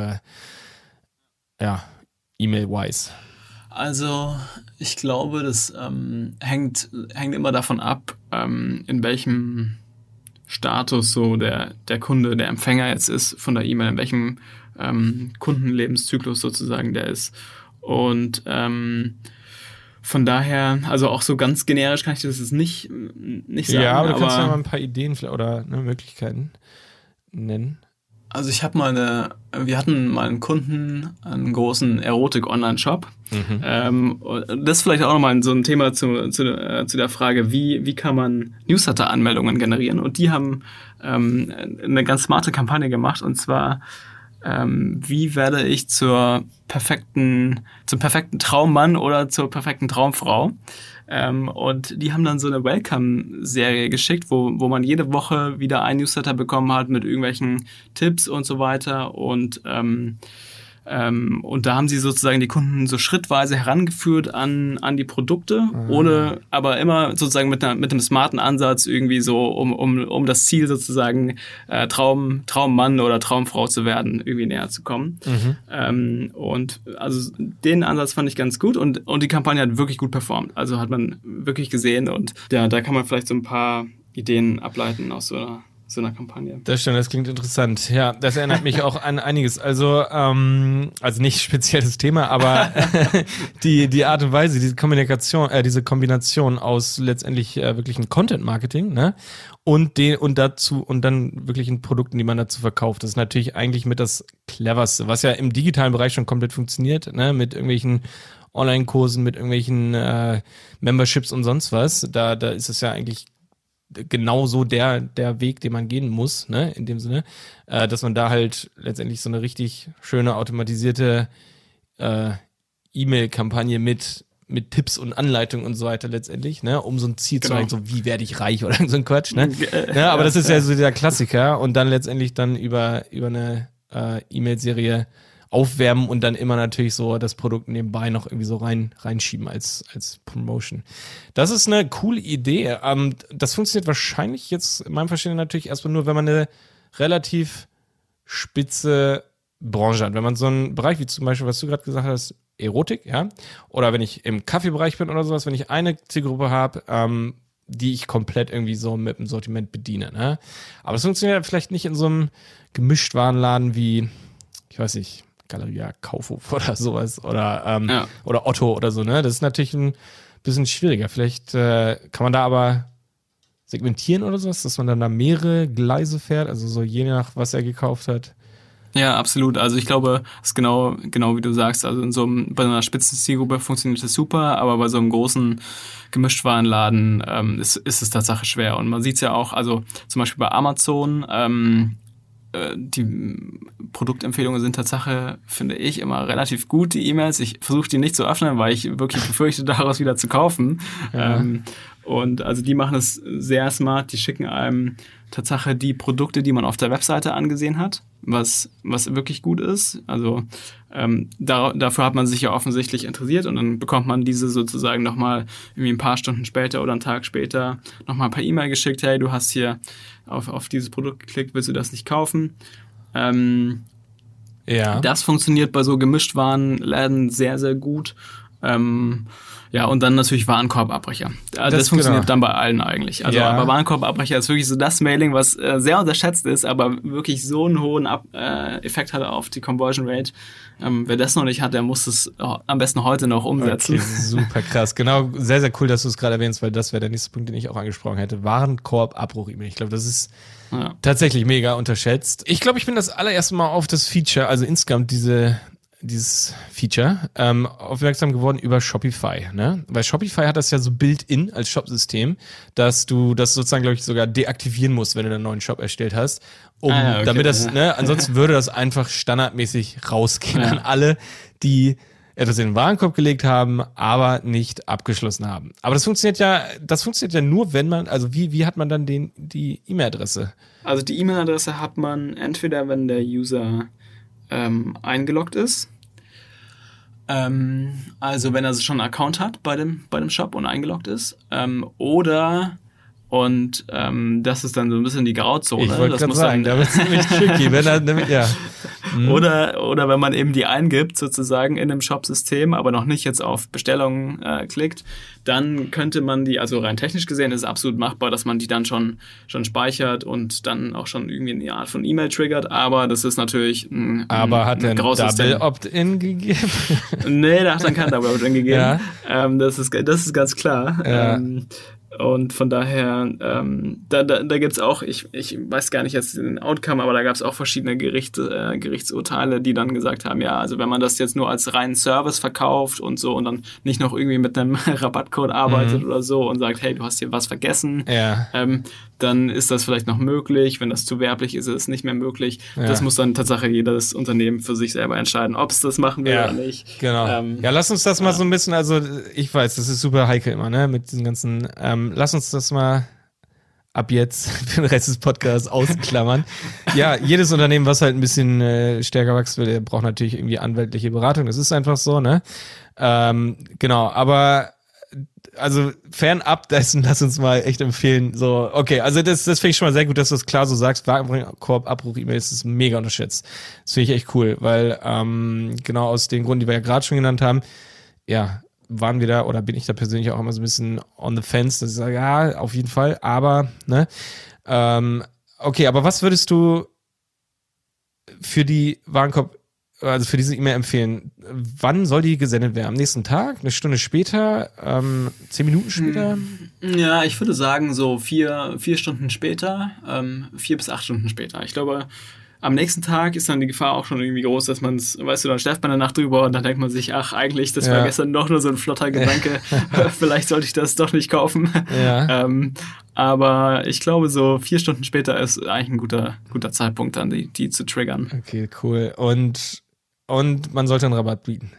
E-Mail-wise? Also ich glaube, das hängt immer davon ab, in welchem Status so der Kunde, der Empfänger jetzt ist von der E-Mail, in welchem Kundenlebenszyklus sozusagen der ist. Und von daher, also auch so ganz generisch kann ich das jetzt nicht sagen. Ja, aber du kannst ja mal ein paar Ideen oder Möglichkeiten nennen. Also wir hatten mal einen Kunden, einen großen Erotik-Online-Shop. Das ist vielleicht auch nochmal so ein Thema zu der Frage, wie kann man Newsletter-Anmeldungen generieren? Und die haben eine ganz smarte Kampagne gemacht, und zwar wie werde ich zum perfekten Traummann oder zur perfekten Traumfrau? Und die haben dann so eine Welcome-Serie geschickt, wo man jede Woche wieder ein Newsletter bekommen hat mit irgendwelchen Tipps und so weiter. Und da haben sie sozusagen die Kunden so schrittweise herangeführt an die Produkte, ohne, aber immer sozusagen mit einem smarten Ansatz irgendwie so, um das Ziel sozusagen Traummann oder Traumfrau zu werden, irgendwie näher zu kommen. Und also den Ansatz fand ich ganz gut, und die Kampagne hat wirklich gut performt. Also hat man wirklich gesehen, und ja, da kann man vielleicht so ein paar Ideen ableiten aus so einer Kampagne. Das stimmt, das klingt interessant. Ja, das erinnert mich auch an einiges. Also nicht spezielles Thema, aber die Art und Weise, diese Kombination aus letztendlich wirklichen Content-Marketing, ne? Und dann wirklichen Produkten, die man dazu verkauft. Das ist natürlich eigentlich mit das Cleverste, was ja im digitalen Bereich schon komplett funktioniert, ne? Mit irgendwelchen Online-Kursen, mit irgendwelchen Memberships und sonst was. Da ist es ja eigentlich genau so der Weg, den man gehen muss, ne, in dem Sinne, dass man da halt letztendlich so eine richtig schöne automatisierte E-Mail-Kampagne mit Tipps und Anleitungen und so weiter letztendlich, ne, um so ein Ziel zu erreichen, so wie werde ich reich oder so ein Quatsch, ne? Ja, aber das ist ja so der Klassiker, und dann letztendlich dann über eine E-Mail-Serie aufwärmen und dann immer natürlich so das Produkt nebenbei noch irgendwie so reinschieben als Promotion. Das ist eine coole Idee. Das funktioniert wahrscheinlich jetzt in meinem Verständnis natürlich erstmal nur, wenn man eine relativ spitze Branche hat. Wenn man so einen Bereich wie zum Beispiel, was du gerade gesagt hast, Erotik, ja, oder wenn ich im Kaffeebereich bin oder sowas, wenn ich eine Zielgruppe habe, die ich komplett irgendwie so mit dem Sortiment bediene, ne? Aber das funktioniert vielleicht nicht in so einem Gemischtwarenladen wie, ich weiß nicht, Galeria Kaufhof oder sowas oder Otto oder so, ne? Das ist natürlich ein bisschen schwieriger. Vielleicht kann man da aber segmentieren oder sowas, dass man dann da mehrere Gleise fährt, also so je nach, was er gekauft hat. Ja, absolut. Also ich glaube, es ist genau wie du sagst. Also bei einer Spitzenzielgruppe funktioniert das super, aber bei so einem großen Gemischtwarenladen ist es Tatsache schwer. Und man sieht es ja auch, also zum Beispiel bei Amazon, die Produktempfehlungen sind Tatsache, finde ich, immer relativ gut, die E-Mails. Ich versuche die nicht zu öffnen, weil ich wirklich befürchte, daraus wieder zu kaufen. Ja. Und also die machen es sehr smart. Die schicken einem Tatsache die Produkte, die man auf der Webseite angesehen hat, was wirklich gut ist. Also dafür hat man sich ja offensichtlich interessiert, und dann bekommt man diese sozusagen nochmal irgendwie ein paar Stunden später oder einen Tag später nochmal per E-Mail geschickt. Hey, du hast hier auf dieses Produkt geklickt, willst du das nicht kaufen? Das funktioniert bei so Gemischtwarenläden sehr, sehr gut. Ja, und dann natürlich Warenkorbabbrecher. Das funktioniert dann bei allen eigentlich. Also aber Warenkorbabbrecher ist wirklich so das Mailing, was sehr unterschätzt ist, aber wirklich so einen hohen Effekt hat auf die Conversion Rate. Wer das noch nicht hat, der muss es am besten heute noch umsetzen. Okay, super krass. Genau, sehr, sehr cool, dass du es gerade erwähnst, weil das wäre der nächste Punkt, den ich auch angesprochen hätte. Warenkorbabbruch-E-Mail. Ich glaube, das ist tatsächlich mega unterschätzt. Ich glaube, ich bin das allererste Mal auf das Feature, also insgesamt dieses Feature aufmerksam geworden über Shopify, ne? Weil Shopify hat das ja so built-in als Shop-System, dass du das sozusagen, glaube ich, sogar deaktivieren musst, wenn du einen neuen Shop erstellt hast, damit das, ne, ansonsten würde das einfach standardmäßig rausgehen an alle, die etwas in den Warenkorb gelegt haben, aber nicht abgeschlossen haben. Aber das funktioniert ja nur, wenn man, also wie hat man dann die E-Mail-Adresse? Also die E-Mail-Adresse hat man entweder, wenn der User eingeloggt ist. Also wenn er schon einen Account hat bei dem Shop und eingeloggt ist. Oder Und das ist dann so ein bisschen die Grauzone. Ich wollte gerade sagen, da wird es ziemlich tricky. Wenn er, ja. Oder wenn man eben die eingibt, sozusagen in einem Shop-System, aber noch nicht jetzt auf Bestellungen klickt, dann könnte man die, also rein technisch gesehen ist es absolut machbar, dass man die dann schon speichert und dann auch schon irgendwie eine Art von E-Mail triggert, aber das ist natürlich aber hat er ein Double Opt-in gegeben? Nee, da hat dann kein Double Opt-in gegeben. Ja. Das ist ganz klar. Ja. Und von daher, da gibt's auch, ich weiß gar nicht jetzt den Outcome, aber da gab's auch verschiedene Gerichtsurteile, die dann gesagt haben, ja, also wenn man das jetzt nur als reinen Service verkauft und so und dann nicht noch irgendwie mit einem Rabattcode arbeitet oder so und sagt, hey, du hast hier was vergessen, dann ist das vielleicht noch möglich. Wenn das zu werblich ist, ist es nicht mehr möglich. Ja. Das muss dann tatsächlich jedes Unternehmen für sich selber entscheiden, ob es das machen will oder nicht. Genau. Ja, lass uns das mal so ein bisschen, also ich weiß, das ist super heikel immer, ne, mit diesen ganzen, lass uns das mal ab jetzt für den Rest des Podcasts ausklammern. Ja, jedes Unternehmen, was halt ein bisschen stärker wachsen will, der braucht natürlich irgendwie anwaltliche Beratung. Das ist einfach so, ne? Genau, aber also fernab dessen, lass uns mal echt empfehlen, so, okay, also das finde ich schon mal sehr gut, dass du das klar so sagst, Warenkorb, Abbruch, E-Mails ist mega unterschätzt. Das finde ich echt cool, weil genau aus den Gründen, die wir ja gerade schon genannt haben, ja, waren wir da, oder bin ich da persönlich auch immer so ein bisschen on the fence, dass ich sage, ja, auf jeden Fall, aber, ne, okay, aber was würdest du für die Warenkorb, also für diese E-Mail empfehlen? Wann soll die gesendet werden? Am nächsten Tag? Eine Stunde später? 10 Minuten später? Ja, ich würde sagen so 4 Stunden später, 4 bis 8 Stunden später. Ich glaube, am nächsten Tag ist dann die Gefahr auch schon irgendwie groß, dass man es, weißt du, dann schläft man eine Nacht drüber und dann denkt man sich, ach, eigentlich, das war gestern doch nur so ein flotter Gedanke, vielleicht sollte ich das doch nicht kaufen. Ja. Aber ich glaube, so 4 Stunden später ist eigentlich ein guter Zeitpunkt, dann die zu triggern. Okay, cool. Und man sollte einen Rabatt bieten.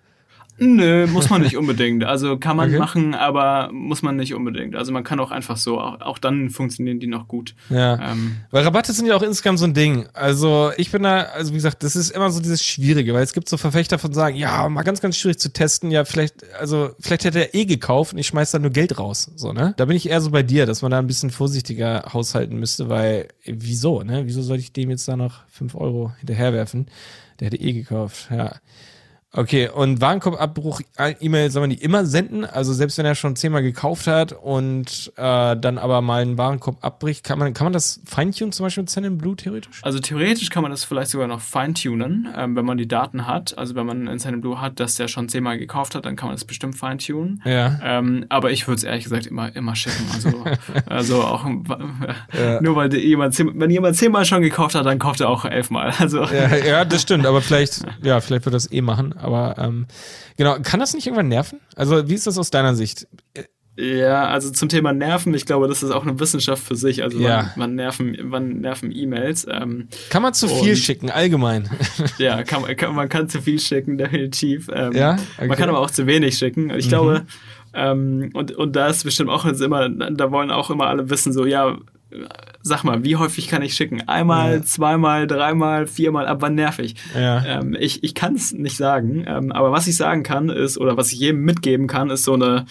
Nö, muss man nicht unbedingt. Also kann man machen, aber muss man nicht unbedingt. Also man kann auch einfach so, auch dann funktionieren die noch gut. Ja, weil Rabatte sind ja auch insgesamt so ein Ding. Also ich bin da, also wie gesagt, das ist immer so dieses Schwierige, weil es gibt so Verfechter von sagen, ja, mal ganz, ganz schwierig zu testen. Ja, vielleicht hätte er gekauft und ich schmeiß da nur Geld raus. So, ne? Da bin ich eher so bei dir, dass man da ein bisschen vorsichtiger haushalten müsste, weil wieso, ne? Wieso sollte ich dem jetzt da noch 5 € hinterherwerfen? Der hätte gekauft, ja. Okay, und Warenkorbabbruch, E-Mail soll man die immer senden? Also selbst wenn er schon 10-mal gekauft hat und dann aber mal einen Warenkorb abbricht, kann man das feintunen zum Beispiel mit Send&Blue theoretisch? Also theoretisch kann man das vielleicht sogar noch feintunen, wenn man die Daten hat. Also wenn man in Send&Blue hat, dass der schon 10-mal gekauft hat, dann kann man das bestimmt feintunen. Ja. Aber ich würde es ehrlich gesagt immer schicken. Also auch nur weil wenn jemand 10-mal schon gekauft hat, dann kauft er auch 11-mal. Also ja, das stimmt. Aber vielleicht wird das machen. Aber genau, kann das nicht irgendwann nerven? Also wie ist das aus deiner Sicht? Ja, also zum Thema Nerven, ich glaube, das ist auch eine Wissenschaft für sich. Also wann nerven E-Mails? Kann man zu viel schicken, allgemein? Ja, man kann zu viel schicken, definitiv. Okay. Man kann aber auch zu wenig schicken. Ich glaube, und da ist bestimmt auch jetzt immer, da wollen auch immer alle wissen, so, ja, sag mal, wie häufig kann ich schicken? Einmal, zweimal, dreimal, 4-mal, ab wann nerv ich? Ja. Ich kann es nicht sagen, aber was ich sagen kann ist, oder was ich jedem mitgeben kann, ist so eine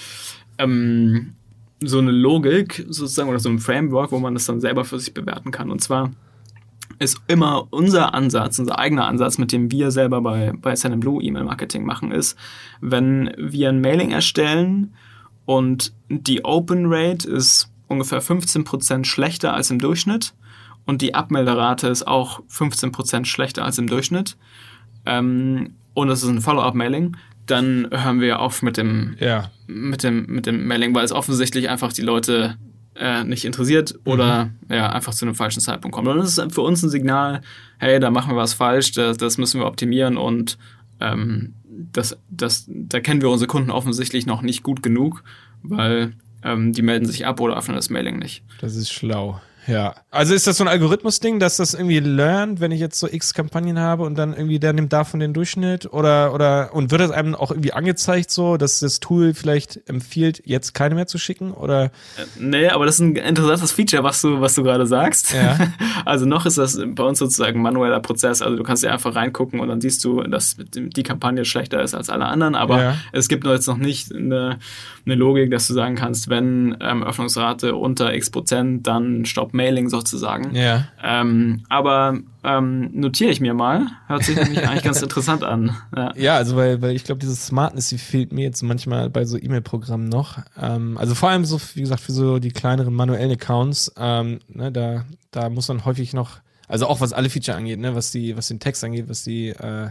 Logik sozusagen oder so ein Framework, wo man das dann selber für sich bewerten kann. Und zwar ist immer unser eigener Ansatz, mit dem wir selber bei Send&Blue E-Mail-Marketing machen, ist, wenn wir ein Mailing erstellen und die Open Rate ist ungefähr 15% schlechter als im Durchschnitt und die Abmelderate ist auch 15% schlechter als im Durchschnitt und es ist ein Follow-up-Mailing, dann hören wir auf mit dem Mailing, weil es offensichtlich einfach die Leute nicht interessiert oder einfach zu einem falschen Zeitpunkt kommt. Und das ist für uns ein Signal, hey, da machen wir was falsch, das müssen wir optimieren und da kennen wir unsere Kunden offensichtlich noch nicht gut genug, weil die melden sich ab oder öffnen das Mailing nicht. Das ist schlau. Ja. Also ist das so ein Algorithmus-Ding, dass das irgendwie lernt, wenn ich jetzt so X Kampagnen habe und dann irgendwie der nimmt davon den Durchschnitt und wird das einem auch irgendwie angezeigt so, dass das Tool vielleicht empfiehlt, jetzt keine mehr zu schicken oder? Nee, aber das ist ein interessantes Feature, was du gerade sagst. Ja. Also noch ist das bei uns sozusagen ein manueller Prozess. Also du kannst ja einfach reingucken und dann siehst du, dass die Kampagne schlechter ist als alle anderen. Aber es gibt jetzt noch nicht eine Logik, dass du sagen kannst, wenn Öffnungsrate unter X%, dann Stop Mailing sozusagen. Ja. Aber notiere ich mir mal. Hört sich nämlich eigentlich ganz interessant an. Ja, also weil ich glaube, diese Smartness, die fehlt mir jetzt manchmal bei so E-Mail-Programmen noch. Also vor allem so, wie gesagt, für so die kleineren manuellen Accounts, ne, da muss man häufig noch, also auch was alle Feature angeht, ne, was den Text angeht, was den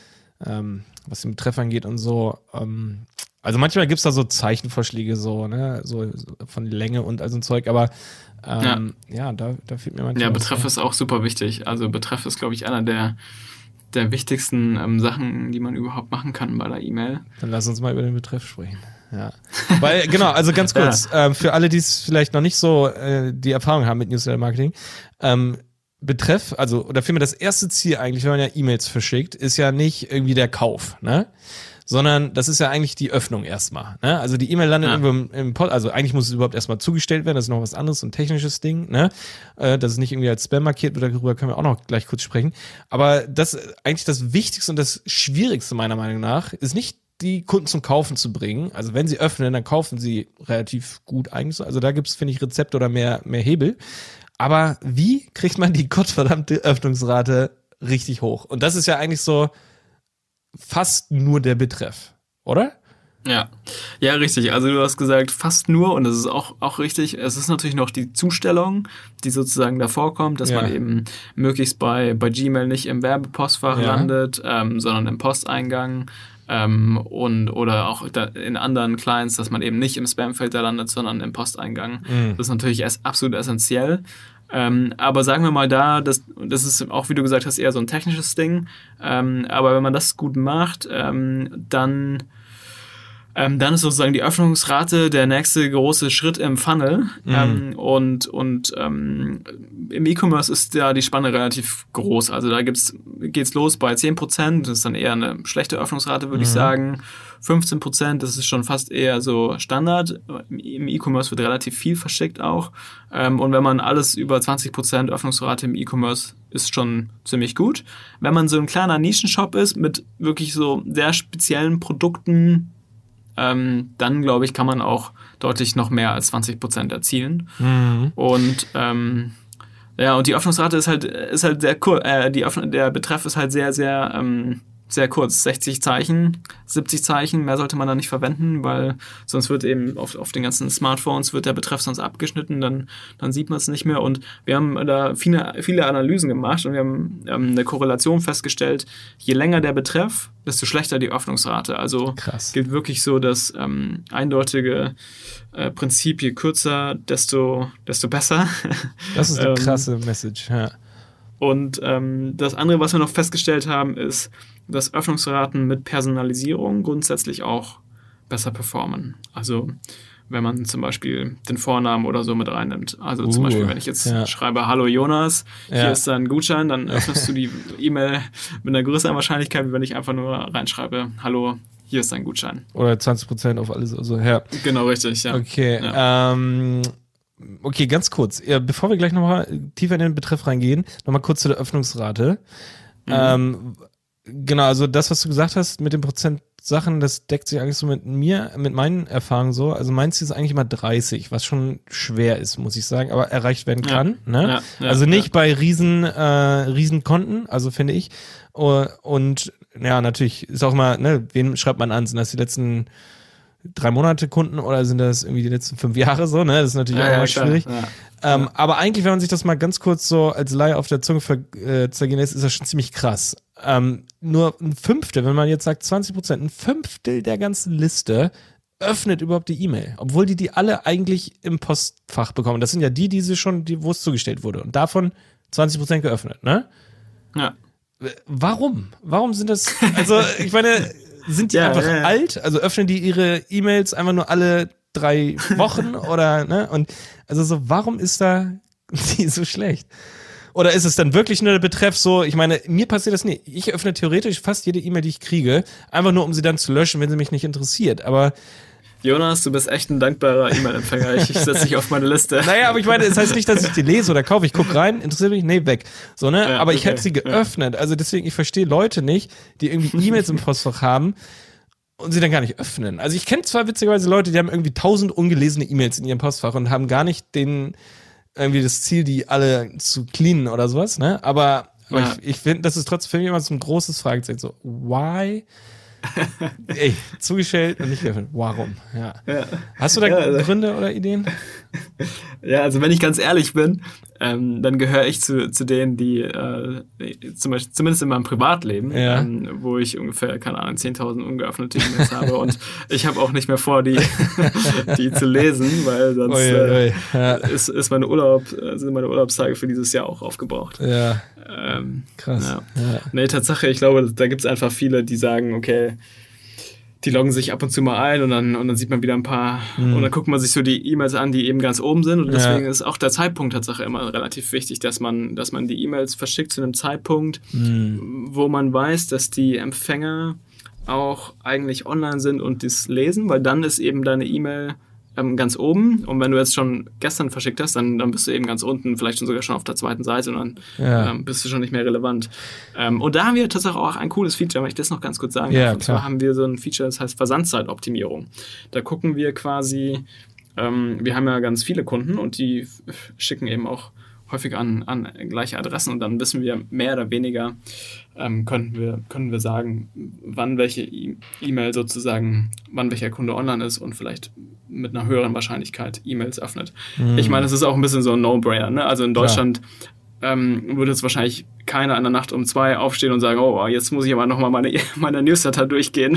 Betreff angeht und so. Also manchmal gibt's da so Zeichenvorschläge so, ne, so von Länge und all so ein Zeug, aber da fehlt mir manchmal. Ja, Betreff ist auch super wichtig. Also Betreff ist, glaube ich, einer der wichtigsten Sachen, die man überhaupt machen kann bei der E-Mail. Dann lass uns mal über den Betreff sprechen. Ja. Weil, genau, also ganz kurz, für alle, die es vielleicht noch nicht so die Erfahrung haben mit Newsletter-Marketing, Betreff, also, oder vielmehr das erste Ziel eigentlich, wenn man ja E-Mails verschickt, ist ja nicht irgendwie der Kauf, ne? Sondern das ist ja eigentlich die Öffnung erstmal. Ne? Also die E-Mail landet irgendwo im Post, also eigentlich muss es überhaupt erstmal zugestellt werden, das ist noch was anderes, ein technisches Ding, ne? Dass es nicht irgendwie als Spam markiert wird, darüber können wir auch noch gleich kurz sprechen. Aber das eigentlich das Wichtigste und das Schwierigste meiner Meinung nach ist nicht die Kunden zum Kaufen zu bringen. Also wenn sie öffnen, dann kaufen sie relativ gut eigentlich so. Also da gibt's, finde ich, Rezepte oder mehr Hebel. Aber wie kriegt man die gottverdammte Öffnungsrate richtig hoch? Und das ist ja eigentlich so fast nur der Betreff, oder? Ja, richtig. Also du hast gesagt, fast nur, und das ist auch richtig. Es ist natürlich noch die Zustellung, die sozusagen davor kommt, dass man eben möglichst bei Gmail nicht im Werbepostfach landet, sondern im Posteingang. Oder auch in anderen Clients, dass man eben nicht im Spamfilter landet, sondern im Posteingang. Das ist natürlich absolut essentiell. Aber sagen wir mal das ist auch, wie du gesagt hast, eher so ein technisches Ding. Aber wenn man das gut macht, dann ist sozusagen die Öffnungsrate der nächste große Schritt im Funnel. Und im E-Commerce ist ja die Spanne relativ groß. Also da geht's los bei 10%. Das ist dann eher eine schlechte Öffnungsrate, würde ich sagen. 15%, das ist schon fast eher so Standard. Im E-Commerce wird relativ viel verschickt auch. Und wenn man alles über 20% Öffnungsrate im E-Commerce ist schon ziemlich gut. Wenn man so ein kleiner Nischenshop ist mit wirklich so sehr speziellen Produkten, dann, glaube ich, kann man auch deutlich noch mehr als 20% erzielen. Und und die Öffnungsrate ist halt sehr kurz. Der Betreff ist halt sehr, sehr sehr kurz, 60 Zeichen, 70 Zeichen, mehr sollte man da nicht verwenden, weil sonst wird eben auf den ganzen Smartphones wird der Betreff sonst abgeschnitten, dann sieht man es nicht mehr. Und wir haben da viele Analysen gemacht und wir haben eine Korrelation festgestellt, je länger der Betreff, desto schlechter die Öffnungsrate. Also gilt wirklich so das eindeutige Prinzip, je kürzer, desto besser. Das ist eine krasse Message, ja. Und das andere, was wir noch festgestellt haben, ist, dass Öffnungsraten mit Personalisierung grundsätzlich auch besser performen. Also wenn man zum Beispiel den Vornamen oder so mit reinnimmt. Also zum Beispiel, wenn ich jetzt schreibe, hallo Jonas, hier ist dein Gutschein, dann öffnest du die E-Mail mit einer größeren Wahrscheinlichkeit, wie wenn ich einfach nur reinschreibe, hallo, hier ist dein Gutschein. Oder 20% auf alles. Also, ja. Genau, richtig, ja. Okay, okay, ganz kurz. Ja, bevor wir gleich nochmal tiefer in den Betreff reingehen, nochmal kurz zu der Öffnungsrate. Genau, also das, was du gesagt hast mit den Prozentsachen, das deckt sich eigentlich so mit meinen Erfahrungen so. Also mein Ziel ist eigentlich immer 30, was schon schwer ist, muss ich sagen, aber erreicht werden kann. Ne? Also nicht bei riesen Konten, also finde ich. Und ja, natürlich ist auch mal, ne, wen schreibt man an? Sind das die letzten 3 Monate Kunden oder sind das irgendwie die letzten 5 Jahre so, ne? Das ist natürlich auch immer schwierig. Aber eigentlich, wenn man sich das mal ganz kurz so als Laie auf der Zunge zergehen lässt, ist das schon ziemlich krass. Nur ein Fünftel, wenn man jetzt sagt 20%, ein Fünftel der ganzen Liste öffnet überhaupt die E-Mail, obwohl die alle eigentlich im Postfach bekommen. Das sind ja wo es zugestellt wurde. Und davon 20% geöffnet, ne? Ja. Warum? Warum sind das, also ich meine, sind die einfach alt? Also öffnen die ihre E-Mails einfach nur alle 3 Wochen oder, ne? Und also so, warum ist da die so schlecht? Oder ist es dann wirklich nur der Betreff so, ich meine, mir passiert das nicht. Ich öffne theoretisch fast jede E-Mail, die ich kriege, einfach nur, um sie dann zu löschen, wenn sie mich nicht interessiert. Aber Jonas, du bist echt ein dankbarer E-Mail-Empfänger. Ich setze dich auf meine Liste. naja, aber ich meine, es heißt nicht, dass ich die lese oder kaufe. Ich gucke rein, interessiert mich, nee, weg. So, ne? Ja, aber ich hätte sie geöffnet. Also deswegen, ich verstehe Leute nicht, die irgendwie E-Mails im Postfach haben und sie dann gar nicht öffnen. Also ich kenne zwar witzigerweise Leute, die haben irgendwie 1000 ungelesene E-Mails in ihrem Postfach und haben gar nicht irgendwie das Ziel, die alle zu cleanen oder sowas, ne? Aber Ja. ich finde, das ist trotzdem für mich immer so ein großes Fragezeichen. So, why? Ey, zugestellt und nicht geöffnet. Warum? Ja. Hast du da Gründe oder Ideen? Ja, also wenn ich ganz ehrlich bin, dann gehöre ich zu denen, die zum Beispiel, zumindest in meinem Privatleben, wo ich ungefähr, keine Ahnung, 10.000 ungeöffnete E-Mails habe und ich habe auch nicht mehr vor, die zu lesen, weil sonst sind meine Urlaubstage für dieses Jahr auch aufgebraucht. Ja. Krass. Ja. Nee, Tatsache, ich glaube, da gibt es einfach viele, die sagen, okay, die loggen sich ab und zu mal ein und dann sieht man wieder ein paar und dann guckt man sich so die E-Mails an, die eben ganz oben sind und deswegen ist auch der Zeitpunkt Tatsache immer relativ wichtig, dass man die E-Mails verschickt zu einem Zeitpunkt, wo man weiß, dass die Empfänger auch eigentlich online sind und das lesen, weil dann ist eben deine E-Mail ganz oben und wenn du jetzt schon gestern verschickt hast, dann bist du eben ganz unten, vielleicht sogar schon auf der zweiten Seite und dann bist du schon nicht mehr relevant. Und da haben wir tatsächlich auch ein cooles Feature, wenn ich das noch ganz kurz sagen darf. Und zwar haben wir so ein Feature, das heißt Versandzeitoptimierung. Da gucken wir quasi, wir haben ja ganz viele Kunden und die schicken eben auch häufig an gleiche Adressen und dann wissen wir mehr oder weniger, können wir sagen, wann welche E-Mail sozusagen, wann welcher Kunde online ist und vielleicht mit einer höheren Wahrscheinlichkeit E-Mails öffnet. Ich meine, das ist auch ein bisschen so ein No-Brainer, ne? Also in Deutschland würde jetzt wahrscheinlich keiner in der Nacht um 2 aufstehen und sagen, oh, jetzt muss ich aber nochmal meine Newsletter durchgehen.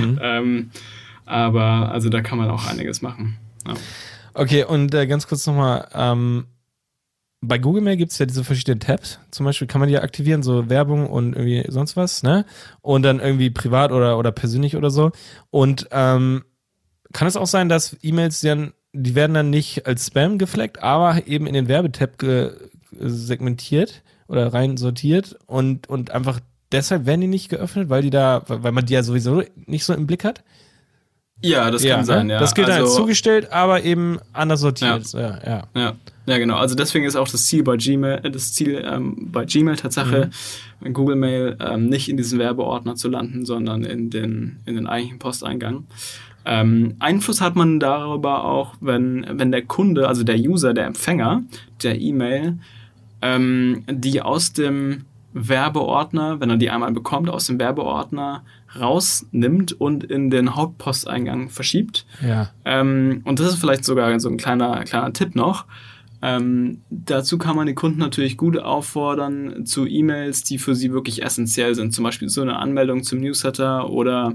Aber also da kann man auch einiges machen. Ja. Okay, und ganz kurz nochmal, bei Google Mail gibt es ja diese verschiedenen Tabs. Zum Beispiel kann man die ja aktivieren, so Werbung und irgendwie sonst was, ne? Und dann irgendwie privat oder persönlich oder so. Und kann es auch sein, dass E-Mails die werden dann nicht als Spam gefleckt, aber eben in den Werbetab segmentiert oder rein sortiert und einfach deshalb werden die nicht geöffnet, weil man die ja sowieso nicht so im Blick hat? Ja, das kann sein, ja. Das gilt dann als zugestellt, aber eben anders sortiert. Ja, genau. Also deswegen ist auch das Ziel bei Gmail, Tatsache, in Google Mail nicht in diesen Werbeordner zu landen, sondern in den eigentlichen Posteingang. Einfluss hat man darüber auch, wenn der Kunde, also der User, der Empfänger der E-Mail, die aus dem Werbeordner, wenn er die einmal bekommt, aus dem Werbeordner rausnimmt und in den Hauptposteingang verschiebt. Ja. Und das ist vielleicht sogar so ein kleiner Tipp noch. Dazu kann man die Kunden natürlich gut auffordern zu E-Mails, die für sie wirklich essentiell sind. Zum Beispiel so eine Anmeldung zum Newsletter oder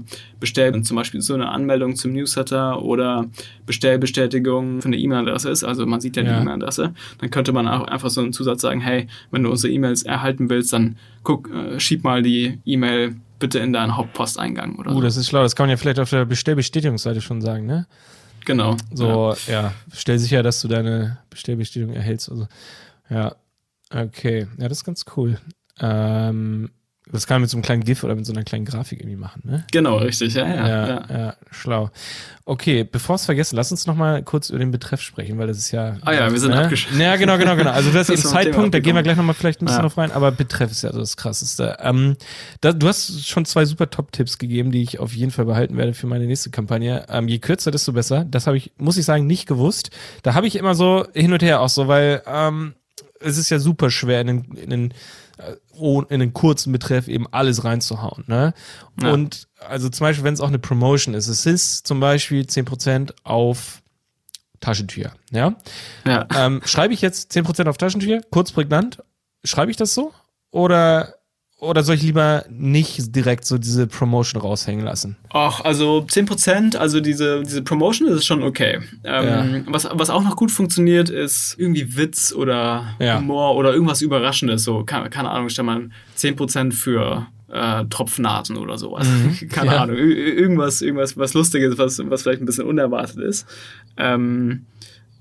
Bestellbestätigung für eine E-Mail-Adresse ist. Also man sieht ja die E-Mail-Adresse. Dann könnte man auch einfach so einen Zusatz sagen, hey, wenn du unsere E-Mails erhalten willst, dann schieb mal die E-Mail bitte in deinen Hauptposteingang oder so. Das ist schlau. Das kann man ja vielleicht auf der Bestellbestätigungsseite schon sagen, ne? Genau. So, stell sicher, dass du deine Bestellbestätigung erhältst. Also, ja, okay. Ja, das ist ganz cool. Das kann man mit so einem kleinen GIF oder mit so einer kleinen Grafik irgendwie machen, ne? Genau, richtig, ja, schlau. Okay, bevor es vergesse, lass uns noch mal kurz über den Betreff sprechen, weil das ist ja... wir sind abgeschlossen. Ja, genau. Also das ist ein Zeitpunkt, da gehen wir gleich noch mal vielleicht ein bisschen drauf rein, aber Betreff ist ja so das Krasseste. Du hast schon 2 super Top-Tipps gegeben, die ich auf jeden Fall behalten werde für meine nächste Kampagne. Je kürzer, desto besser. Das habe ich, muss ich sagen, nicht gewusst. Da habe ich immer so hin und her auch so, weil es ist ja super schwer in den kurzen Betreff eben alles reinzuhauen, ne? Ja. Und also zum Beispiel, wenn es auch eine Promotion ist, es ist zum Beispiel 10% auf Taschentücher, ja? Schreibe ich jetzt 10% auf Taschentücher, kurz prägnant, schreibe ich das so? Oder soll ich lieber nicht direkt so diese Promotion raushängen lassen? Ach, also 10%, also diese Promotion ist schon okay. Was auch noch gut funktioniert, ist irgendwie Witz oder Humor oder irgendwas Überraschendes. So, keine Ahnung, stell mal 10% für Tropfnasen oder sowas. Keine Ahnung, irgendwas was Lustiges, was vielleicht ein bisschen unerwartet ist.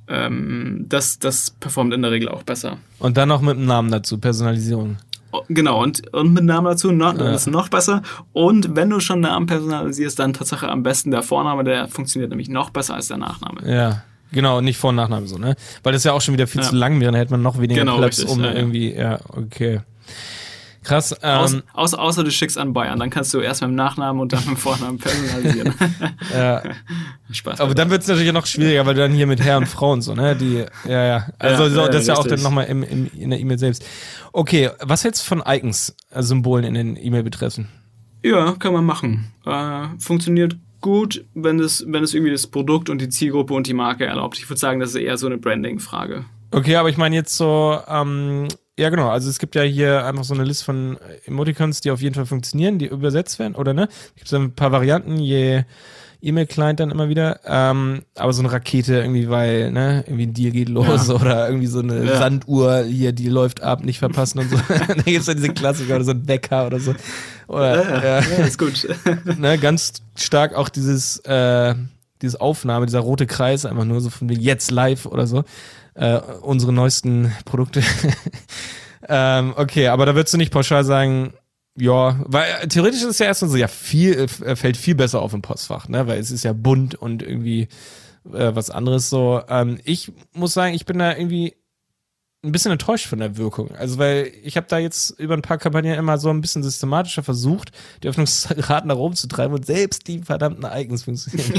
Das performt in der Regel auch besser. Und dann noch mit dem Namen dazu, Personalisierung. Genau, und mit Namen dazu, das ist noch besser. Und wenn du schon Namen personalisierst, dann Tatsache am besten der Vorname, der funktioniert nämlich noch besser als der Nachname. Ja, genau, nicht Vor- und Nachname so, ne? Weil das ja auch schon wieder viel zu lang wäre, dann hätte man noch weniger Platz, richtig, irgendwie, okay. Krass. Außer du schickst an Bayern, dann kannst du erst mit dem Nachnamen und dann mit dem Vornamen personalisieren. Ja. Spaß. Aber dann wird es natürlich noch schwieriger, weil du dann hier mit Herr und Frau und so, ne? Also das ist ja auch dann nochmal in der E-Mail selbst. Okay, was hältst du von Icons, also Symbolen in den E-Mail-Betreffen? Ja, kann man machen. Funktioniert gut, wenn es irgendwie das Produkt und die Zielgruppe und die Marke erlaubt. Ich würde sagen, das ist eher so eine Branding-Frage. Okay, aber ich meine jetzt so, ja, genau. Also es gibt ja hier einfach so eine Liste von Emoticons, die auf jeden Fall funktionieren, die übersetzt werden, oder ne? Es gibt so ein paar Varianten, je E-Mail-Client dann immer wieder. Aber so eine Rakete irgendwie, weil, ne, irgendwie ein Deal geht los oder irgendwie so eine Sanduhr hier, die läuft ab, nicht verpassen und so. Da gibt's dann diese Klassiker oder so ein Wecker oder so. Oder, ist gut. Ne, ganz stark auch diese Aufnahme, dieser rote Kreis, einfach nur so von wegen jetzt live oder so. Unsere neuesten Produkte. Okay, aber da würdest du nicht pauschal sagen, ja, weil theoretisch ist es ja erstmal so, ja, fällt viel besser auf im Postfach, ne, weil es ist ja bunt und irgendwie was anderes so. Ich muss sagen, ich bin da irgendwie ein bisschen enttäuscht von der Wirkung. Also, weil ich habe da jetzt über ein paar Kampagnen immer so ein bisschen systematischer versucht, die Öffnungsraten nach oben zu treiben und selbst die verdammten Icons funktionieren.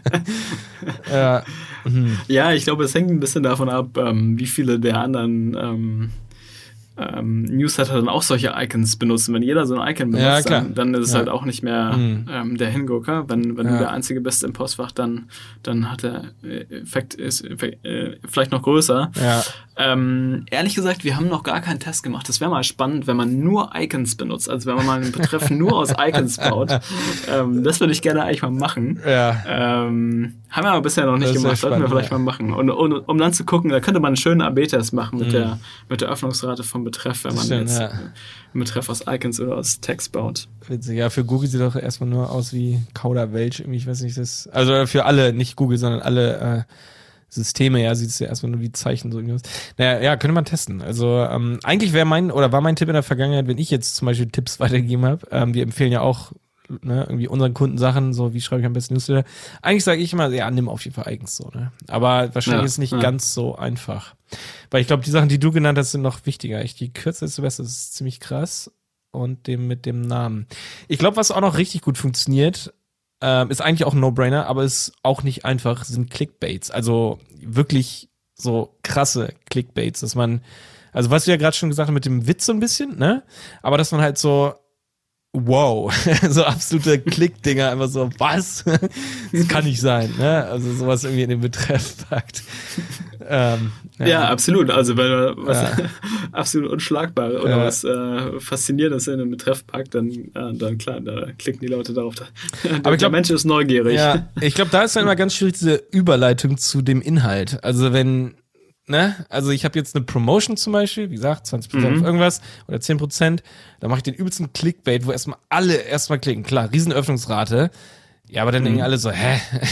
Ja, ich glaube, es hängt ein bisschen davon ab, wie viele der anderen Newsletter dann auch solche Icons benutzen. Wenn jeder so ein Icon benutzt, dann ist es halt auch nicht mehr der Hingucker. Wenn du der Einzige bist im Postfach, dann hat der Effekt vielleicht noch größer. Ja. Ehrlich gesagt, wir haben noch gar keinen Test gemacht. Das wäre mal spannend, wenn man nur Icons benutzt. Also wenn man mal einen Betreff nur aus Icons baut. Das würde ich gerne eigentlich mal machen. Ja. Haben wir aber bisher noch nicht gemacht. Sollten wir vielleicht mal machen. Und um dann zu gucken, da könnte man einen schönen AB-Test machen mit der Öffnungsrate vom Betreff, wenn man jetzt einen Betreff aus Icons oder aus Text baut. Witzig. Ja, für Google sieht doch erstmal nur aus wie Kauderwelsch. Ich weiß nicht, also für alle, nicht Google, sondern alle Systeme, ja, sieht es ja erstmal nur wie Zeichen so irgendwas. Naja, ja, könnte man testen. Also eigentlich war mein Tipp in der Vergangenheit, wenn ich jetzt zum Beispiel Tipps weitergegeben habe, wir empfehlen ja auch irgendwie unseren Kunden Sachen, so wie schreibe ich am besten Newsletter. Eigentlich sage ich immer, ja, nimm auf jeden Fall Icons so, ne? Aber wahrscheinlich ist es nicht ganz so einfach. Weil ich glaube, die Sachen, die du genannt hast, sind noch wichtiger. Je kürzer, desto besser. Das ist ziemlich krass. Und mit dem Namen. Ich glaube, was auch noch richtig gut funktioniert, ist eigentlich auch ein No-Brainer, aber ist auch nicht einfach, sind Clickbaits. Also wirklich so krasse Clickbaits, dass man, also was du ja gerade schon gesagt hast mit dem Witz so ein bisschen, ne? Aber dass man halt so, wow, so absolute Klickdinger, einfach so, was? Das kann nicht sein, ne? Also sowas irgendwie in den Betreff packt. Ja, absolut. Also wenn man was absolut unschlagbar oder was Faszinierendes in den Betreff packt, dann klar, da klicken die Leute darauf. Aber der Mensch ist neugierig. Ja, ich glaube, da ist dann immer ganz schwierig diese Überleitung zu dem Inhalt. Also wenn, ne, also ich habe jetzt eine Promotion zum Beispiel, wie gesagt, 20% auf irgendwas oder 10%, da mache ich den übelsten Clickbait, wo alle erstmal klicken. Klar, Riesenöffnungsrate. Ja, aber dann denken alle so,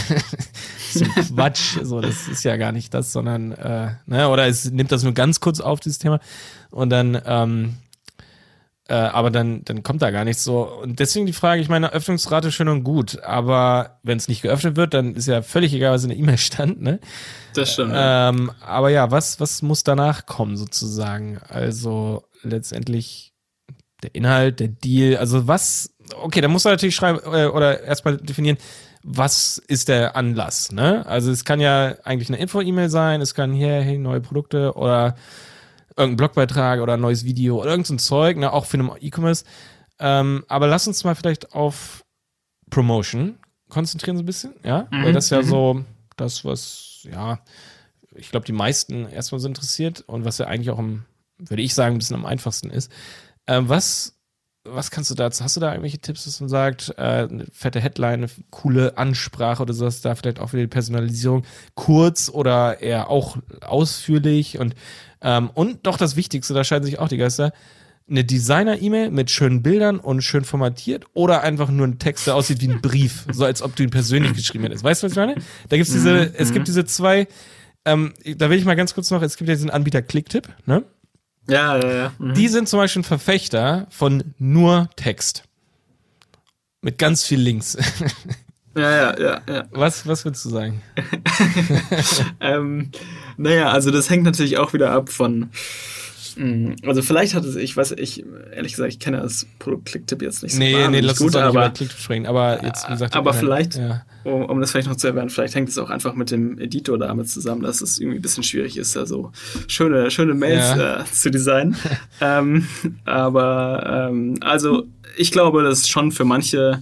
so Quatsch, so, das ist ja gar nicht das, sondern, ne, oder es nimmt das nur ganz kurz auf, dieses Thema, und dann, aber dann kommt da gar nichts so. Und deswegen die Frage, ich meine, Öffnungsrate schön und gut, aber wenn es nicht geöffnet wird, dann ist ja völlig egal, was in der E-Mail stand, ne? Das stimmt. Aber ja, was muss danach kommen, sozusagen? Also letztendlich der Inhalt, der Deal, also was, okay, da musst du natürlich schreiben, oder erstmal definieren, was ist der Anlass, ne? Also es kann ja eigentlich eine Info-E-Mail sein, es kann hier, hey, neue Produkte oder irgendein Blogbeitrag oder ein neues Video oder irgend so ein Zeug, ne, auch für einen E-Commerce. Aber lass uns mal vielleicht auf Promotion konzentrieren so ein bisschen, ja? Weil das ja so das, was, ja, ich glaube, die meisten erstmal so interessiert und was ja eigentlich auch würde ich sagen, ein bisschen am einfachsten ist. Was kannst du dazu? Hast du da irgendwelche Tipps, dass man sagt, eine fette Headline, eine coole Ansprache oder sowas, da vielleicht auch wieder die Personalisierung kurz oder eher auch ausführlich und doch das Wichtigste, da scheiden sich auch die Geister, eine Designer-E-Mail mit schönen Bildern und schön formatiert oder einfach nur ein Text, der aussieht wie ein Brief, so als ob du ihn persönlich geschrieben hättest. Weißt du, was ich meine? Da gibt's es gibt diese zwei Da will ich mal ganz kurz noch, es gibt ja diesen Anbieter Clicktip, ne? Ja. Mhm. Die sind zum Beispiel ein Verfechter von nur Text. Mit ganz viel Links. Ja. Was würdest du sagen? Also das hängt natürlich auch wieder ab von, also vielleicht hat es, ich ehrlich gesagt, ich kenne das Produkt Clicktip jetzt nicht so lass uns auch nicht über Clicktip sprechen, aber jetzt, wie gesagt, aber vielleicht, um das vielleicht noch zu erwähnen, vielleicht hängt es auch einfach mit dem Editor damit zusammen, dass es irgendwie ein bisschen schwierig ist, da so schöne Mails zu designen. Also ich glaube, dass schon für manche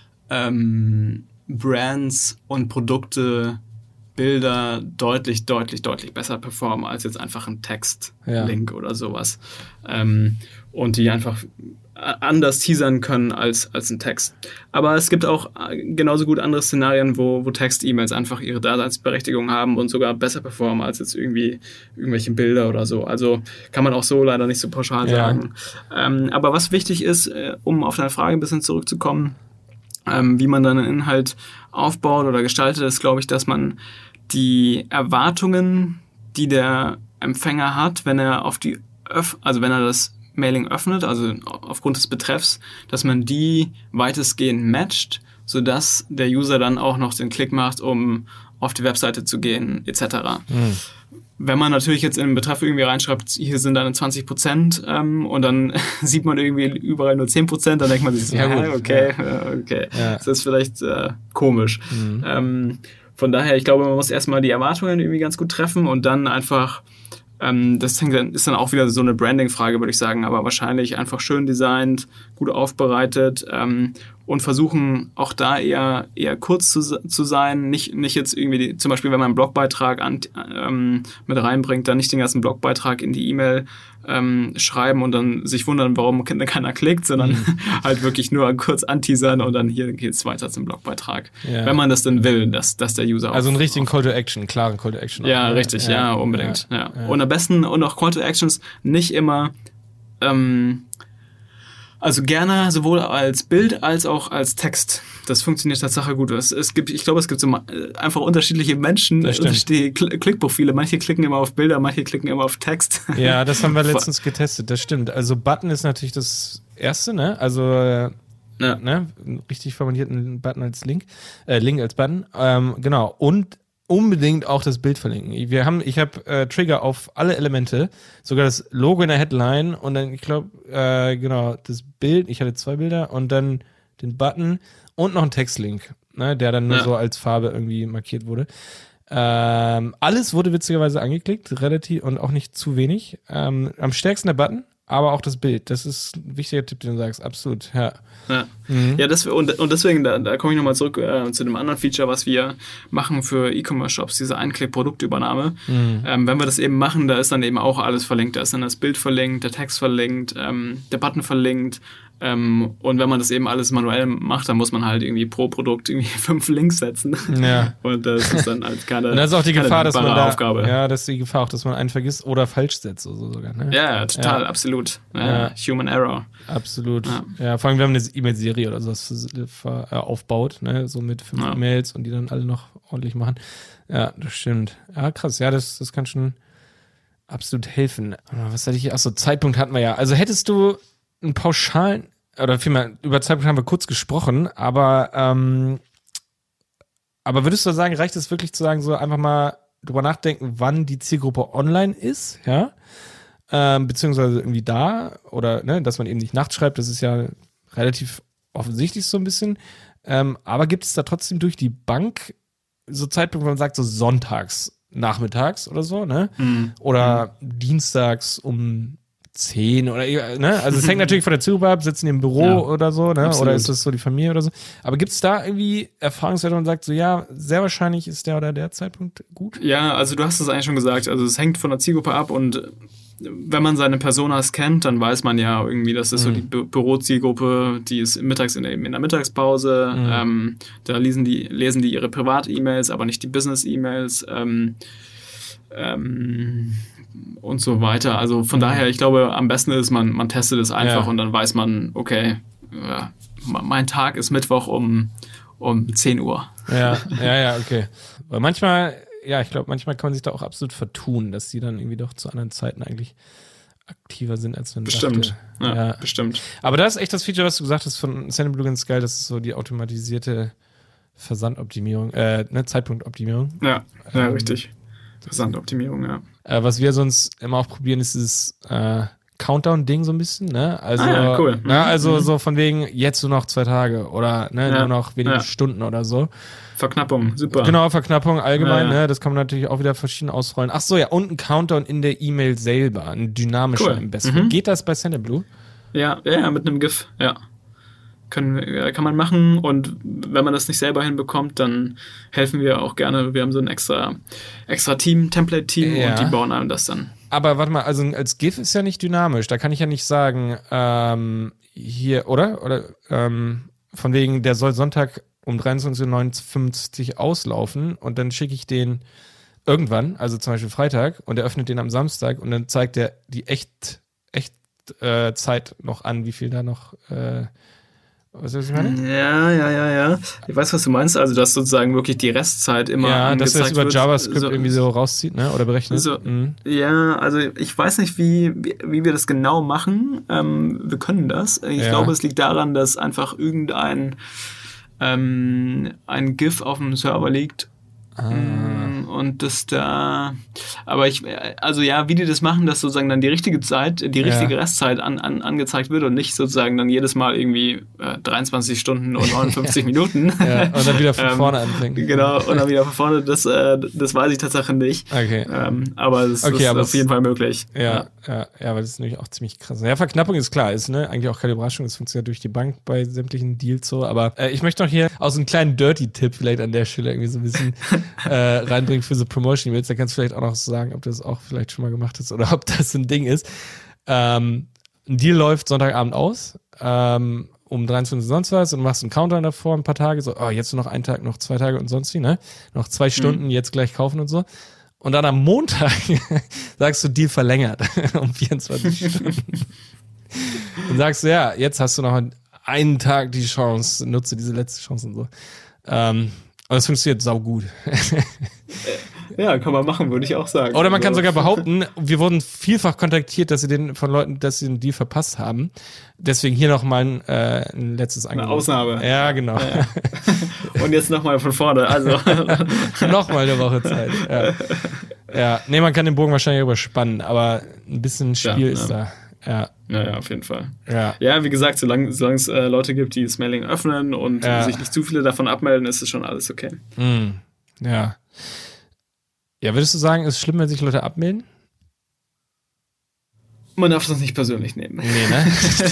Brands und Produkte Bilder deutlich besser performen als jetzt einfach ein Text-Link oder sowas. Und die einfach anders teasern können als ein Text. Aber es gibt auch genauso gut andere Szenarien, wo Text-E-Mails einfach ihre Daseinsberechtigung haben und sogar besser performen als jetzt irgendwie irgendwelche Bilder oder so. Also kann man auch so leider nicht so pauschal sagen. Aber was wichtig ist, um auf deine Frage ein bisschen zurückzukommen, wie man dann einen Inhalt aufbaut oder gestaltet, ist, glaube ich, dass man die Erwartungen, die der Empfänger hat, wenn er wenn er das Mailing öffnet, also aufgrund des Betreffs, dass man die weitestgehend matcht, sodass der User dann auch noch den Klick macht, um auf die Webseite zu gehen, etc. Wenn man natürlich jetzt in den Betreff irgendwie reinschreibt, hier sind dann 20%, und dann sieht man irgendwie überall nur 10%, dann denkt man sich so, okay. Ja. Das ist vielleicht komisch. Von daher, ich glaube, man muss erstmal die Erwartungen irgendwie ganz gut treffen und dann einfach, das ist dann auch wieder so eine Branding-Frage, würde ich sagen, aber wahrscheinlich einfach schön designt, gut aufbereitet, und versuchen auch da eher kurz zu sein, nicht jetzt irgendwie, zum Beispiel wenn man einen Blogbeitrag mit reinbringt, dann nicht den ganzen Blogbeitrag in die E-Mail schreiben und dann sich wundern, warum keiner klickt, sondern halt wirklich nur kurz anteasern und dann hier geht's weiter zum Blogbeitrag. Ja. Wenn man das denn will, dass der User also einen richtigen Call to Action, einen klaren Call to Action. Ja, richtig, unbedingt. Ja. Und am besten, und auch Call to Actions nicht immer also gerne sowohl als Bild als auch als Text. Das funktioniert tatsächlich gut. Ich glaube, es gibt so einfach unterschiedliche Menschen, unterschiedliche Klickprofile. Manche klicken immer auf Bilder, manche klicken immer auf Text. Ja, das haben wir letztens getestet, das stimmt. Also Button ist natürlich das Erste, ne? Also ne? Richtig formulierten Button als Link als Button. Genau. Und unbedingt auch das Bild verlinken. Ich habe Trigger auf alle Elemente, sogar das Logo in der Headline und dann, ich glaube, genau, das Bild, ich hatte 2 Bilder und dann den Button und noch einen Textlink, ne, der dann nur so als Farbe irgendwie markiert wurde. Alles wurde witzigerweise angeklickt, relativ und auch nicht zu wenig. Am stärksten der Button, aber auch das Bild. Das ist ein wichtiger Tipp, den du sagst, absolut, ja. Ja, und deswegen, da komme ich nochmal zurück zu dem anderen Feature, was wir machen für E-Commerce-Shops, diese Einklick-Produktübernahme. Wenn wir das eben machen, da ist dann eben auch alles verlinkt. Da ist dann das Bild verlinkt, der Text verlinkt, der Button verlinkt. Und wenn man das eben alles manuell macht, dann muss man halt irgendwie pro Produkt irgendwie 5 Links setzen. Ja. Und das ist dann halt keine und das ist auch die Gefahr, dass man da, Aufgabe. Ja, das ist die Gefahr auch, dass man einen vergisst oder falsch setzt oder so sogar. Ne? Ja, total, absolut. Human Error. Absolut. Ja, vor allem, wenn man eine E-Mail-Serie oder sowas aufbaut, ne, so mit 5 E-Mails und die dann alle noch ordentlich machen. Ja, das stimmt. Ja, krass. Ja, das kann schon absolut helfen. Was hatte ich hier? Achso, Zeitpunkt hatten wir ja. Also hättest du einen pauschalen, oder vielmehr, über Zeitpunkt haben wir kurz gesprochen, aber würdest du sagen, reicht es wirklich zu sagen, so einfach mal drüber nachdenken, wann die Zielgruppe online ist, ja? Beziehungsweise irgendwie da, oder, ne, dass man eben nicht nachts schreibt, das ist ja relativ offensichtlich so ein bisschen. Aber gibt es da trotzdem durch die Bank so Zeitpunkte, wo man sagt, so sonntags, nachmittags oder so, ne? Oder dienstags um 10 oder, ne? Also es hängt natürlich von der Zielgruppe ab, sitzen die im Büro oder so, ne? Absolut. Oder ist das so die Familie oder so? Aber gibt es da irgendwie Erfahrungswerte, wo man sagt, so ja, sehr wahrscheinlich ist der oder der Zeitpunkt gut? Ja, also du hast es eigentlich schon gesagt, also es hängt von der Zielgruppe ab und wenn man seine Personas kennt, dann weiß man ja irgendwie, das ist so die Bürozielgruppe, die ist mittags in der Mittagspause, da lesen die ihre Privat-E-Mails, aber nicht die Business-E-Mails, und so weiter. Also von daher, ich glaube, am besten ist, man testet es einfach und dann weiß man, okay, mein Tag ist Mittwoch um 10 Uhr. Ja, okay. Weil manchmal ja, ich glaube, manchmal kann man sich da auch absolut vertun, dass die dann irgendwie doch zu anderen Zeiten eigentlich aktiver sind, als man Bestimmt. dachte. Ja, bestimmt. Aber das ist echt das Feature, was du gesagt hast von Sendable ganz geil, das ist so die automatisierte Versandoptimierung, Zeitpunktoptimierung. Ja, richtig. Versandoptimierung, ja. Was wir sonst immer auch probieren, ist dieses Countdown-Ding so ein bisschen, ne? Also, cool. Also so von wegen, jetzt nur noch 2 Tage oder nur noch wenige Ja. Stunden oder so. Verknappung, super. Genau, Verknappung allgemein, Ja. ne? Das kann man natürlich auch wieder verschieden ausrollen. Ach so, ja, und ein Countdown in der E-Mail selber, ein dynamischer im besten. Geht das bei Sendable? Ja, mit einem GIF, ja. Kann man machen, und wenn man das nicht selber hinbekommt, dann helfen wir auch gerne. Wir haben so ein extra Team, Template-Team, Ja. und die bauen einem das dann. Aber warte mal, also als GIF ist ja nicht dynamisch. Da kann ich ja nicht sagen, hier, oder? Oder von wegen, der soll Sonntag um 23:59 Uhr auslaufen und dann schicke ich den irgendwann, also zum Beispiel Freitag, und er öffnet den am Samstag und dann zeigt er die Zeit noch an, wie viel da noch was ich meine? Ja. Ich weiß, was du meinst. Also, dass sozusagen wirklich die Restzeit immer dass er das über wird. JavaScript irgendwie so rauszieht, ne? Oder berechnet. Ja, also ich weiß nicht, wie wir das genau machen. Wir können das. Ich glaube, es liegt daran, dass einfach irgendein ein GIF auf dem Server liegt. Und das da, aber wie die das machen, dass sozusagen dann die richtige Zeit, die richtige Restzeit angezeigt wird und nicht sozusagen dann jedes Mal irgendwie 23 Stunden und 59 Minuten. Ja, und dann wieder von vorne anfängt. Genau, und dann wieder von vorne, das weiß ich tatsächlich nicht. Okay. Aber es ist auf jeden Fall möglich. Ja, aber das ist natürlich auch ziemlich krass. Ja, Verknappung ist klar, ist eigentlich auch keine Überraschung, das funktioniert durch die Bank bei sämtlichen Deals so, aber ich möchte noch hier aus einem kleinen Dirty-Tipp vielleicht an der Stelle irgendwie so ein bisschen reinbringen für so Promotion-E-Mails. Da kannst du vielleicht auch noch sagen, ob du das auch vielleicht schon mal gemacht hast oder ob das ein Ding ist. Ein Deal läuft Sonntagabend aus, um 23 Uhr sonst was, und machst einen Countdown davor ein paar Tage, so, jetzt nur noch 1 Tag, noch 2 Tage und sonst wie, ne? Noch 2 Stunden, jetzt gleich kaufen und so. Und dann am Montag sagst du, Deal verlängert um 24 Stunden. Und sagst du, ja, jetzt hast du noch einen Tag die Chance, nutze diese letzte Chance und so. Aber das funktioniert saugut. Ja, kann man machen, würde ich auch sagen. Oder man kann sogar behaupten, wir wurden vielfach kontaktiert, dass sie den Deal verpasst haben. Deswegen hier nochmal ein letztes Angebot. Eine Ausnahme. Ja, genau. Ja. Und jetzt nochmal von vorne. Also nochmal eine Woche Zeit. Ja. Nee, man kann den Bogen wahrscheinlich überspannen, aber ein bisschen Spiel ist da. Ja. Ja, auf jeden Fall. Ja, wie gesagt, solange es Leute gibt, die das Mailing öffnen und sich nicht zu viele davon abmelden, ist es schon alles okay. Ja. Ja, würdest du sagen, ist es schlimm, wenn sich Leute abmelden? Man darf das nicht persönlich nehmen. Nee, ne?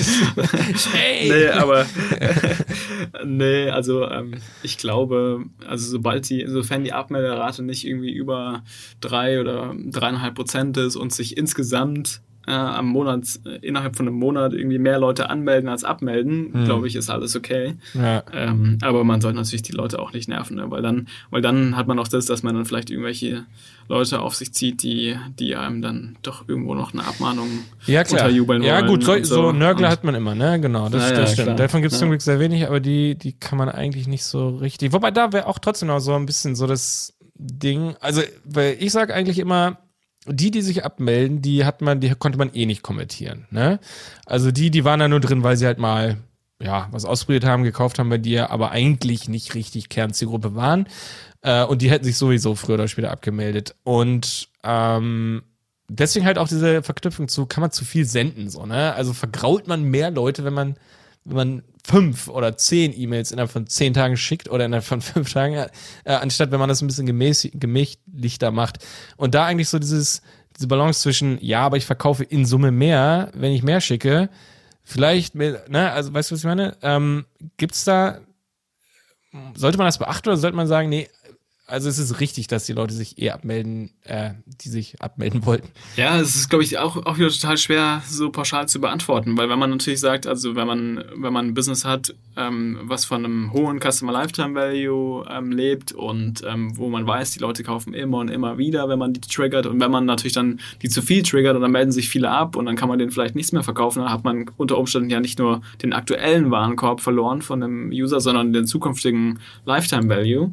Ich glaube, also sofern die Abmelderate nicht irgendwie über 3 oder 3,5% ist und sich insgesamt am Monat, innerhalb von einem Monat irgendwie mehr Leute anmelden als abmelden, glaube ich, ist alles okay. Ja. Aber man sollte natürlich die Leute auch nicht nerven, ne? Weil dann hat man auch das, dass man dann vielleicht irgendwelche Leute auf sich zieht, die einem dann doch irgendwo noch eine Abmahnung unterjubeln wollen. Ja, gut, so Nörgler hat man immer, ne? Genau, das stimmt. Klar. Davon gibt es zum Glück sehr wenig, aber die kann man eigentlich nicht so richtig. Wobei da wäre auch trotzdem noch so ein bisschen so das Ding. Also, weil ich sage eigentlich immer, die sich abmelden, die konnte man eh nicht kommentieren, ne? Also die waren da nur drin, weil sie halt mal, was ausprobiert haben, gekauft haben bei dir, aber eigentlich nicht richtig Kernzielgruppe waren. Und die hätten sich sowieso früher oder später abgemeldet. Und deswegen halt auch diese Verknüpfung kann man zu viel senden, so, ne? Also vergrault man mehr Leute, wenn man 5 oder 10 E-Mails innerhalb von 10 Tagen schickt oder innerhalb von 5 Tagen, anstatt wenn man das ein bisschen gemächlicher macht. Und da eigentlich so diese Balance zwischen, aber ich verkaufe in Summe mehr, wenn ich mehr schicke, vielleicht, ne, also weißt du, was ich meine? Gibt's da, sollte man das beachten oder sollte man sagen, nee, also es ist richtig, dass die Leute sich abmelden, die sich abmelden wollten. Ja, es ist, glaube ich, auch wieder total schwer, so pauschal zu beantworten, weil wenn man natürlich sagt, also wenn man ein Business hat, was von einem hohen Customer Lifetime Value lebt und wo man weiß, die Leute kaufen immer und immer wieder, wenn man die triggert, und wenn man natürlich dann die zu viel triggert und dann melden sich viele ab und dann kann man denen vielleicht nichts mehr verkaufen, dann hat man unter Umständen ja nicht nur den aktuellen Warenkorb verloren von dem User, sondern den zukünftigen Lifetime Value.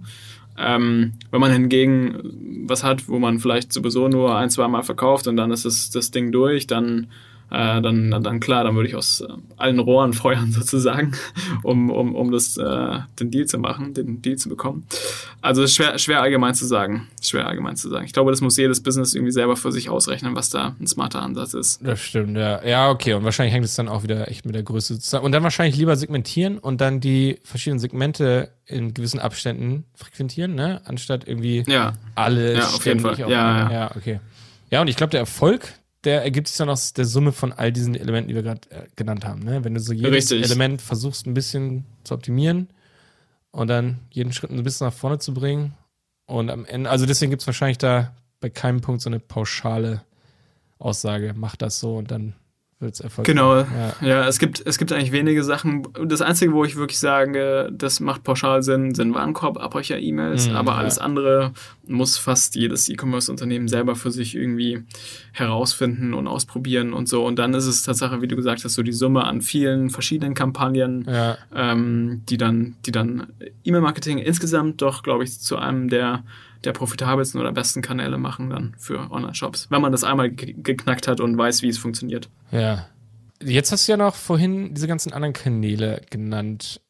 Wenn man hingegen was hat, wo man vielleicht sowieso nur 1-2 Mal verkauft und dann ist das Ding durch, dann klar, dann würde ich aus allen Rohren feuern sozusagen, um den Deal zu machen, den Deal zu bekommen. Also es ist schwer allgemein zu sagen. Ich glaube, das muss jedes Business irgendwie selber für sich ausrechnen, was da ein smarter Ansatz ist. Das stimmt, ja. Ja, okay. Und wahrscheinlich hängt es dann auch wieder echt mit der Größe zusammen. Und dann wahrscheinlich lieber segmentieren und dann die verschiedenen Segmente in gewissen Abständen frequentieren, ne? Anstatt irgendwie alle ja, auf jeden Fall. Ja, okay. Ja, und ich glaube, der Erfolg, der ergibt sich dann aus der Summe von all diesen Elementen, die wir gerade genannt haben. Ne? Wenn du so jedes Element versuchst, ein bisschen zu optimieren und dann jeden Schritt ein bisschen nach vorne zu bringen. Und am Ende, also deswegen gibt es wahrscheinlich da bei keinem Punkt so eine pauschale Aussage, mach das so und dann wird es erfolgreich. Genau, ja, es gibt eigentlich wenige Sachen. Das Einzige, wo ich wirklich sage, das macht pauschal Sinn, sind Warenkorb-Abbrecher-E-Mails, aber alles andere muss fast jedes E-Commerce-Unternehmen selber für sich irgendwie herausfinden und ausprobieren und so. Und dann ist es Tatsache, wie du gesagt hast, so die Summe an vielen verschiedenen Kampagnen, die dann E-Mail-Marketing insgesamt doch, glaube ich, zu einem der profitabelsten oder besten Kanäle machen dann für Online-Shops, wenn man das einmal geknackt hat und weiß, wie es funktioniert. Ja. Jetzt hast du ja noch vorhin diese ganzen anderen Kanäle genannt,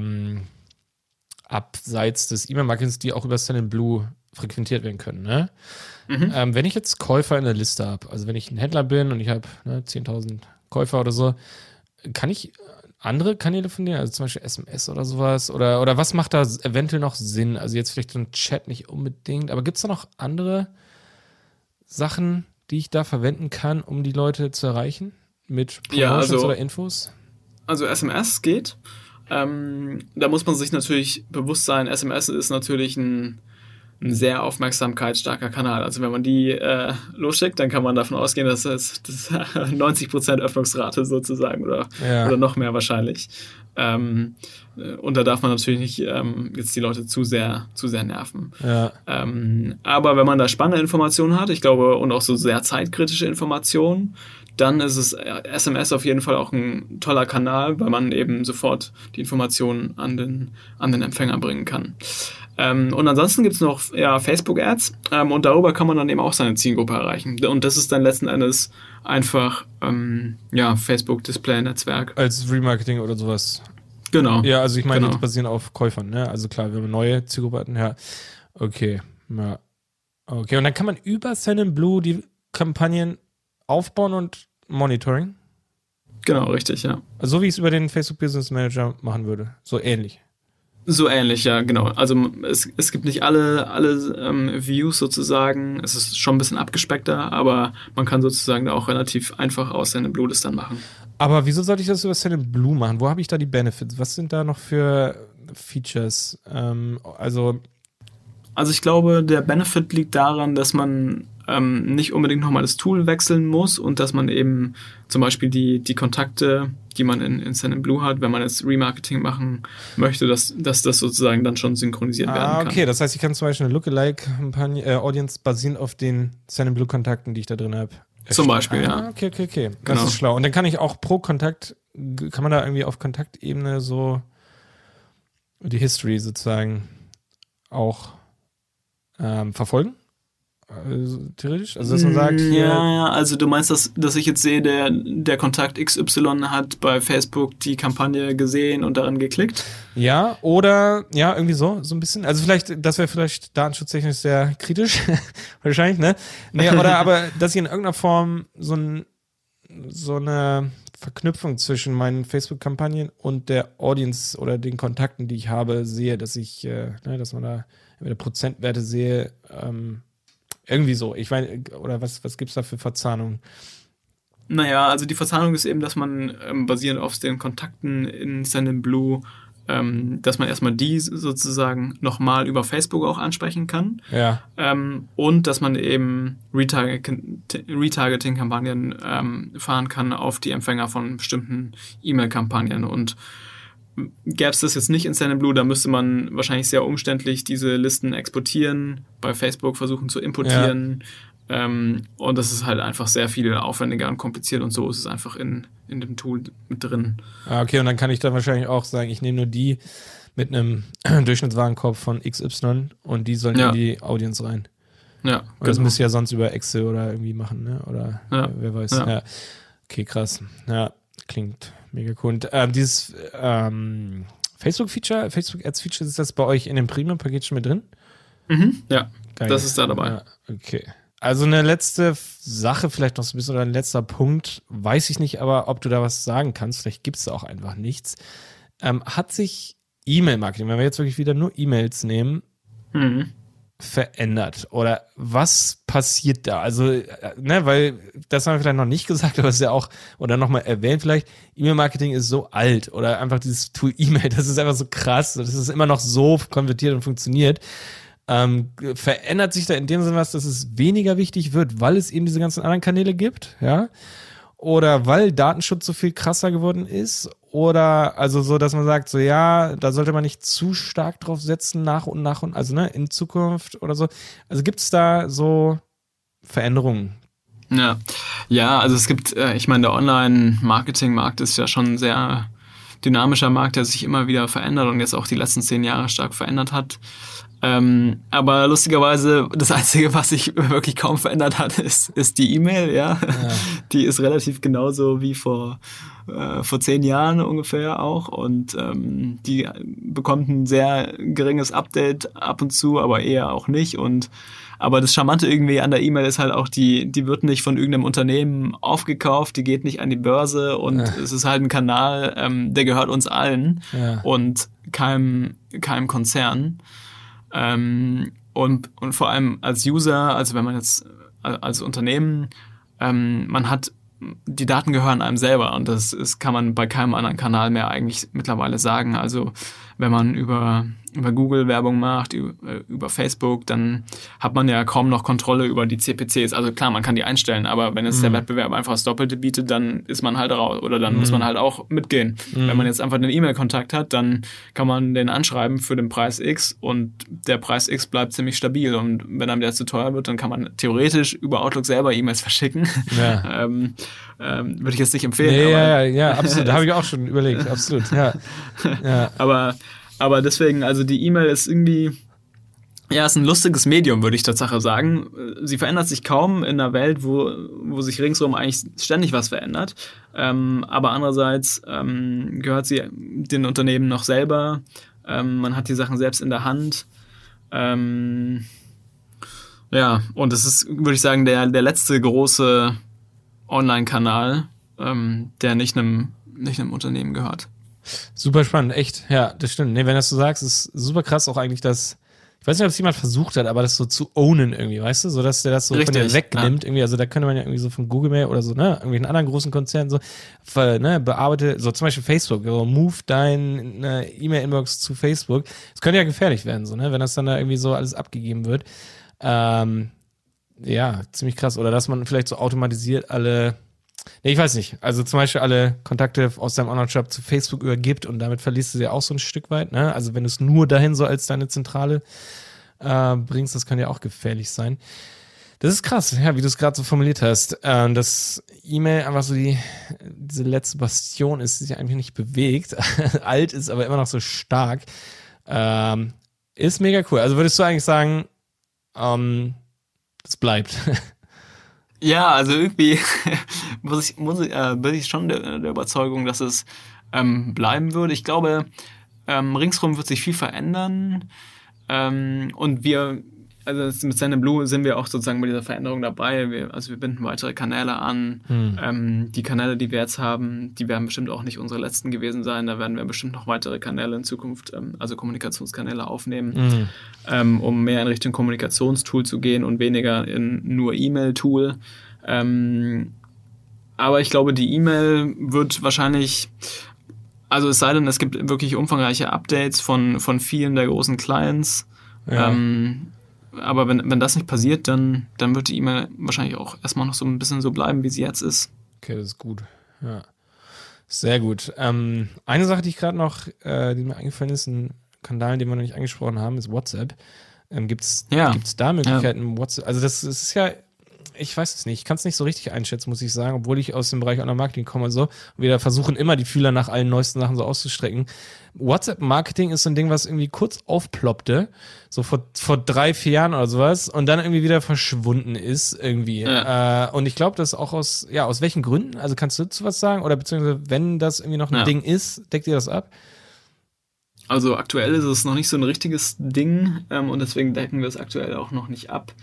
abseits des E-Mail-Marketings, die auch über Send&Blue frequentiert werden können, ne? Wenn ich jetzt Käufer in der Liste habe, also wenn ich ein Händler bin und ich habe 10.000 Käufer oder so, kann ich andere Kanäle von denen, also zum Beispiel SMS oder sowas, oder was macht da eventuell noch Sinn? Also jetzt vielleicht so ein Chat nicht unbedingt, aber gibt es da noch andere Sachen, die ich da verwenden kann, um die Leute zu erreichen? Mit Promotions oder Infos? Also SMS geht. Da muss man sich natürlich bewusst sein, SMS ist natürlich ein sehr aufmerksamkeitsstarker Kanal. Also wenn man die losschickt, dann kann man davon ausgehen, dass das 90% Öffnungsrate sozusagen oder noch mehr wahrscheinlich. Und da darf man natürlich nicht jetzt die Leute zu sehr nerven. Ja. Aber wenn man da spannende Informationen hat, ich glaube, und auch so sehr zeitkritische Informationen, dann ist es SMS auf jeden Fall auch ein toller Kanal, weil man eben sofort die Informationen an den Empfänger bringen kann. Und ansonsten gibt es noch Facebook-Ads und darüber kann man dann eben auch seine Zielgruppe erreichen. Und das ist dann letzten Endes einfach Facebook-Display-Netzwerk. Als Remarketing oder sowas. Genau. Ja, also ich meine, die basieren auf Käufern, ne? Also klar, wenn wir neue Zielgruppe hatten, ja. Okay. Ja. Okay, und dann kann man über Send&Blue die Kampagnen aufbauen und Monitoring? Genau, richtig, ja. Also so wie ich es über den Facebook Business Manager machen würde. So ähnlich. So ähnlich, ja, genau. Also es gibt nicht alle Views sozusagen. Es ist schon ein bisschen abgespeckter, aber man kann sozusagen da auch relativ einfach aus Send&Blue das dann machen. Aber wieso sollte ich das über Send&Blue machen? Wo habe ich da die Benefits? Was sind da noch für Features? Also ich glaube, der Benefit liegt daran, dass man nicht unbedingt nochmal das Tool wechseln muss und dass man eben zum Beispiel die Kontakte, die man in Send&Blue hat, wenn man jetzt Remarketing machen möchte, dass das sozusagen dann schon synchronisiert werden kann. Okay, das heißt, ich kann zum Beispiel eine Lookalike-Audience basieren auf den Send&Blue-Kontakten, die ich da drin habe. Zum Beispiel, ja. Okay. Das ist schlau. Und dann kann ich auch pro Kontakt, kann man da irgendwie auf Kontaktebene so die History sozusagen auch verfolgen? Also, theoretisch? Also, dass man sagt, hier. Ja, also du meinst, dass ich jetzt sehe, der Kontakt XY hat bei Facebook die Kampagne gesehen und daran geklickt? Ja, oder, ja, irgendwie so ein bisschen. Also vielleicht, das wäre vielleicht datenschutztechnisch sehr kritisch, wahrscheinlich, ne? Nee, aber dass ich in irgendeiner Form so eine Verknüpfung zwischen meinen Facebook-Kampagnen und der Audience oder den Kontakten, die ich habe, sehe, dass ich, dass man da entweder Prozentwerte sehe, irgendwie so. Ich meine, oder was gibt's da für Verzahnungen? Naja, also die Verzahnung ist eben, dass man basierend auf den Kontakten in Send&Blue, dass man erstmal die sozusagen nochmal über Facebook auch ansprechen kann. Ja. Und dass man eben Retargeting-Kampagnen fahren kann auf die Empfänger von bestimmten E-Mail-Kampagnen. Und gäbe es das jetzt nicht in Send&Blue, da müsste man wahrscheinlich sehr umständlich diese Listen exportieren, bei Facebook versuchen zu importieren. Ja. Und das ist halt einfach sehr viel aufwendiger und kompliziert und so ist es einfach in dem Tool mit drin. Okay, und dann kann ich dann wahrscheinlich auch sagen, ich nehme nur die mit einem Durchschnittswarenkorb von XY und die sollen in die Audience rein. Ja. Und das müsst ihr ja sonst über Excel oder irgendwie machen, ne? Oder wer weiß. Ja. Okay, krass. Ja, klingt mega cool. Und dieses Facebook-Feature, Facebook-Ads-Feature, ist das bei euch in dem Premium-Paket schon mit drin? Ja, geil. Das ist da dabei. Ja, okay. Also eine letzte Sache, vielleicht noch so ein bisschen, oder ein letzter Punkt, weiß ich nicht, aber ob du da was sagen kannst, vielleicht gibt es da auch einfach nichts. Hat sich E-Mail-Marketing, wenn wir jetzt wirklich wieder nur E-Mails nehmen, verändert? Oder was passiert da? Also, weil das haben wir vielleicht noch nicht gesagt, aber es ist ja auch, oder nochmal erwähnt vielleicht, E-Mail-Marketing ist so alt oder einfach dieses Tool E-Mail, das ist einfach so krass, das ist immer noch so konvertiert und funktioniert. Verändert sich da in dem Sinne was, dass es weniger wichtig wird, weil es eben diese ganzen anderen Kanäle gibt, ja? Oder weil Datenschutz so viel krasser geworden ist? Oder also so, dass man sagt, so ja, da sollte man nicht zu stark drauf setzen, nach und nach und, also in Zukunft oder so. Also gibt es da so Veränderungen? Ja, also es gibt, ich meine, der Online-Marketing-Markt ist ja schon ein sehr dynamischer Markt, der sich immer wieder verändert und jetzt auch die letzten 10 Jahre stark verändert hat. Aber lustigerweise, das Einzige, was sich wirklich kaum verändert hat, ist die E-Mail, ja. Die ist relativ genauso wie vor 10 Jahren ungefähr auch und die bekommt ein sehr geringes Update ab und zu, aber eher auch nicht. Aber das Charmante irgendwie an der E-Mail ist halt auch, die wird nicht von irgendeinem Unternehmen aufgekauft, die geht nicht an die Börse und es ist halt ein Kanal, der gehört uns allen und keinem Konzern. Und vor allem als User, also wenn man jetzt als Unternehmen, man hat, die Daten gehören einem selber und das kann man bei keinem anderen Kanal mehr eigentlich mittlerweile sagen. Also wenn man über Google Werbung macht, über Facebook, dann hat man ja kaum noch Kontrolle über die CPCs. Also klar, man kann die einstellen, aber wenn jetzt der Wettbewerb einfach das Doppelte bietet, dann ist man halt raus oder dann muss man halt auch mitgehen. Wenn man jetzt einfach einen E-Mail-Kontakt hat, dann kann man den anschreiben für den Preis X und der Preis X bleibt ziemlich stabil und wenn einem der zu teuer wird, dann kann man theoretisch über Outlook selber E-Mails verschicken. Ja. Würde ich jetzt nicht empfehlen. Nee, ja, absolut. Da habe ich auch schon überlegt, absolut. Ja. Aber deswegen, also die E-Mail ist irgendwie, ja, ist ein lustiges Medium, würde ich Tatsache sagen. Sie verändert sich kaum in einer Welt, wo sich ringsherum eigentlich ständig was verändert. Aber andererseits gehört sie den Unternehmen noch selber. Man hat die Sachen selbst in der Hand. Ja, und es ist, würde ich sagen, der letzte große Online-Kanal, der nicht einem Unternehmen gehört. Super spannend, echt. Ja, das stimmt. Nee, wenn das so sagst, ist super krass auch eigentlich, dass, ich weiß nicht, ob es jemand versucht hat, aber das so zu ownen irgendwie, weißt du? So, dass der das so Richtig, von dir wegnimmt irgendwie. Also da könnte man ja irgendwie so von Google Mail oder so, irgendwie einen anderen großen Konzern so, bearbeitet, so zum Beispiel Facebook, so move deine E-Mail-Inbox zu Facebook. Das könnte ja gefährlich werden, so, wenn das dann da irgendwie so alles abgegeben wird. Ja, ziemlich krass. Oder dass man vielleicht so automatisiert ich weiß nicht. Also zum Beispiel alle Kontakte aus deinem Online-Shop zu Facebook übergibt und damit verlierst du sie auch so ein Stück weit. Ne? Also wenn du es nur dahin so als deine Zentrale bringst, das kann ja auch gefährlich sein. Das ist krass, ja, wie du es gerade so formuliert hast. Dass E-Mail einfach so diese letzte Bastion ist, die sich eigentlich nicht bewegt. Alt ist, aber immer noch so stark. Ist mega cool. Also würdest du eigentlich sagen, das bleibt? Ja, also irgendwie bin ich schon der Überzeugung, dass es bleiben würde. Ich glaube, ringsherum wird sich viel verändern. Und also mit Send Blue sind wir auch sozusagen bei dieser Veränderung dabei. Wir binden weitere Kanäle an. Die Kanäle, die wir jetzt haben, die werden bestimmt auch nicht unsere letzten gewesen sein. Da werden wir bestimmt noch weitere Kanäle in Zukunft, also Kommunikationskanäle aufnehmen, um mehr in Richtung Kommunikationstool zu gehen und weniger in nur E-Mail-Tool. Aber ich glaube, die E-Mail wird wahrscheinlich, also es sei denn, es gibt wirklich umfangreiche Updates von vielen der großen Clients. Ja. Aber wenn das nicht passiert, dann wird die E-Mail wahrscheinlich auch erstmal noch so ein bisschen so bleiben, wie sie jetzt ist. Okay, das ist gut. Ja. Sehr gut. Eine Sache, die ich gerade noch, die mir eingefallen ist, ein Kanal, den wir noch nicht angesprochen haben, ist WhatsApp. Gibt's da Möglichkeiten, WhatsApp? Also das ist ja, ich weiß es nicht. Ich kann es nicht so richtig einschätzen, muss ich sagen, obwohl ich aus dem Bereich Online-Marketing komme und so. Und wir da versuchen immer, die Fühler nach allen neuesten Sachen so auszustrecken. WhatsApp-Marketing ist so ein Ding, was irgendwie kurz aufploppte, so vor 3-4 Jahren oder sowas, und dann irgendwie wieder verschwunden ist irgendwie. Ja. Und ich glaube, das auch aus welchen Gründen? Also kannst du dazu was sagen? Oder beziehungsweise, wenn das irgendwie noch ein Ding ist, deckt ihr das ab? Also aktuell ist es noch nicht so ein richtiges Ding und deswegen decken wir es aktuell auch noch nicht ab.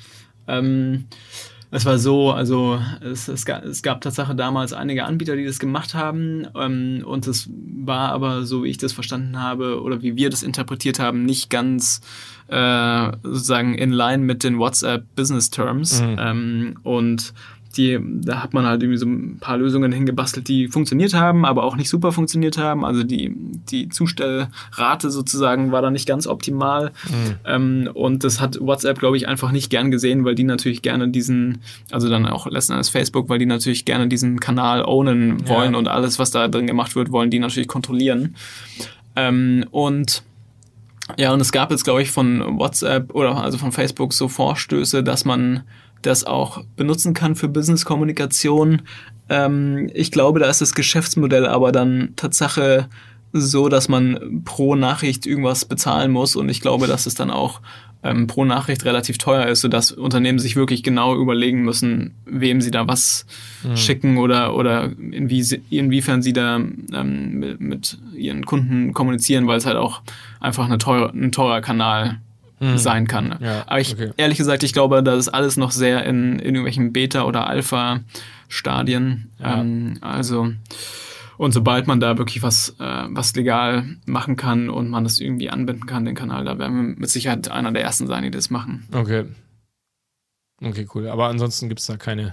Es war so, also es gab Tatsache damals einige Anbieter, die das gemacht haben und es war aber, so wie ich das verstanden habe oder wie wir das interpretiert haben, nicht ganz sozusagen in line mit den WhatsApp Business Terms und da hat man halt irgendwie so ein paar Lösungen hingebastelt, die funktioniert haben, aber auch nicht super funktioniert haben. Also die Zustellrate sozusagen war da nicht ganz optimal. Und das hat WhatsApp, glaube ich, einfach nicht gern gesehen, weil die natürlich gerne also dann auch letzten Endes Facebook, weil die natürlich gerne diesen Kanal ownen wollen und alles, was da drin gemacht wird, wollen die natürlich kontrollieren. Und es gab jetzt, glaube ich, von WhatsApp oder also von Facebook so Vorstöße, dass man das auch benutzen kann für Business-Kommunikation. Ich glaube, da ist das Geschäftsmodell aber dann Tatsache so, dass man pro Nachricht irgendwas bezahlen muss und ich glaube, dass es dann auch pro Nachricht relativ teuer ist, sodass Unternehmen sich wirklich genau überlegen müssen, wem sie da was schicken oder inwiefern sie da mit ihren Kunden kommunizieren, weil es halt auch einfach ein teurer Kanal sein kann. Ja, aber ehrlich gesagt, ich glaube, das ist alles noch sehr in irgendwelchen Beta- oder Alpha-Stadien. Ja. Und sobald man da wirklich was legal machen kann und man das irgendwie anbinden kann, den Kanal, da werden wir mit Sicherheit einer der ersten sein, die das machen. Okay, cool. Aber ansonsten gibt es da keine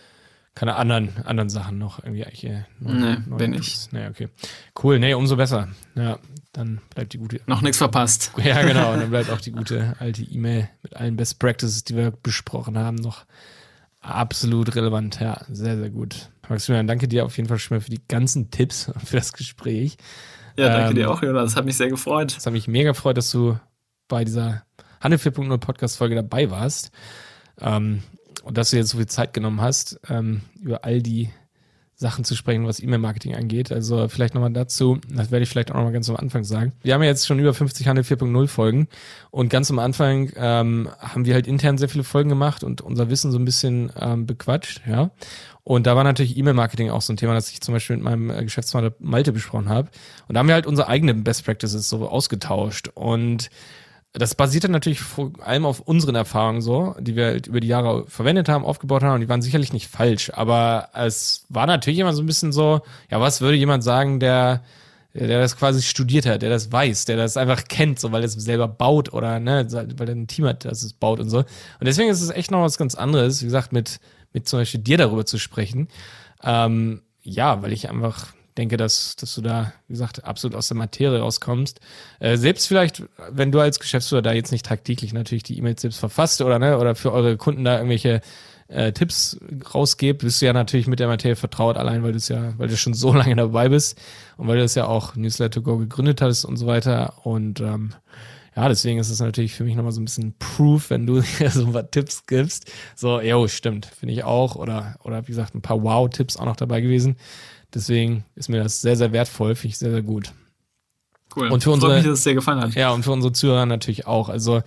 anderen Sachen noch irgendwie eigentlich. Bin ich. Nee, okay. Cool, umso besser. Ja, dann bleibt die gute. Noch nichts verpasst. Ja, genau. Und dann bleibt auch die gute alte E-Mail mit allen Best Practices, die wir besprochen haben, noch absolut relevant. Ja, sehr, sehr gut. Maximilian, danke dir auf jeden Fall schon mal für die ganzen Tipps und für das Gespräch. Ja, danke dir auch, Jonas. Das hat mich sehr gefreut. Es hat mich mega gefreut, dass du bei dieser Handel 4.0 Podcast-Folge dabei warst. Und dass du jetzt so viel Zeit genommen hast, über all die Sachen zu sprechen, was E-Mail-Marketing angeht. Also vielleicht nochmal dazu, das werde ich vielleicht auch nochmal ganz am Anfang sagen. Wir haben ja jetzt schon über 50 Handel 4.0 Folgen und ganz am Anfang haben wir halt intern sehr viele Folgen gemacht und unser Wissen so ein bisschen bequatscht, ja. Und da war natürlich E-Mail-Marketing auch so ein Thema, das ich zum Beispiel mit meinem Geschäftspartner Malte besprochen habe. Und da haben wir halt unsere eigenen Best Practices so ausgetauscht und das basiert dann natürlich vor allem auf unseren Erfahrungen so, die wir halt über die Jahre verwendet haben, aufgebaut haben und die waren sicherlich nicht falsch, aber es war natürlich immer so ein bisschen so, ja, was würde jemand sagen, der das quasi studiert hat, der das weiß, der das einfach kennt, so weil er es selber baut oder weil er ein Team hat, das es baut und so. Und deswegen ist es echt noch was ganz anderes, wie gesagt, mit zum Beispiel dir darüber zu sprechen. Weil ich einfach denke, dass du da, wie gesagt, absolut aus der Materie rauskommst. Selbst vielleicht, wenn du als Geschäftsführer da jetzt nicht tagtäglich natürlich die E-Mails selbst verfasst oder für eure Kunden da irgendwelche Tipps rausgebt, bist du ja natürlich mit der Materie vertraut, allein weil du schon so lange dabei bist und weil du das ja auch Newsletter-to-go gegründet hattest und so weiter. Und deswegen ist es natürlich für mich nochmal so ein bisschen Proof, wenn du so ein paar Tipps gibst. So, stimmt, finde ich auch. Oder wie gesagt, ein paar Wow-Tipps auch noch dabei gewesen. Deswegen ist mir das sehr, sehr wertvoll, finde ich sehr, sehr gut. Cool. Und für freut mich, dass es dir gefallen hat. Ja, und für unsere Zuhörer natürlich auch. Also,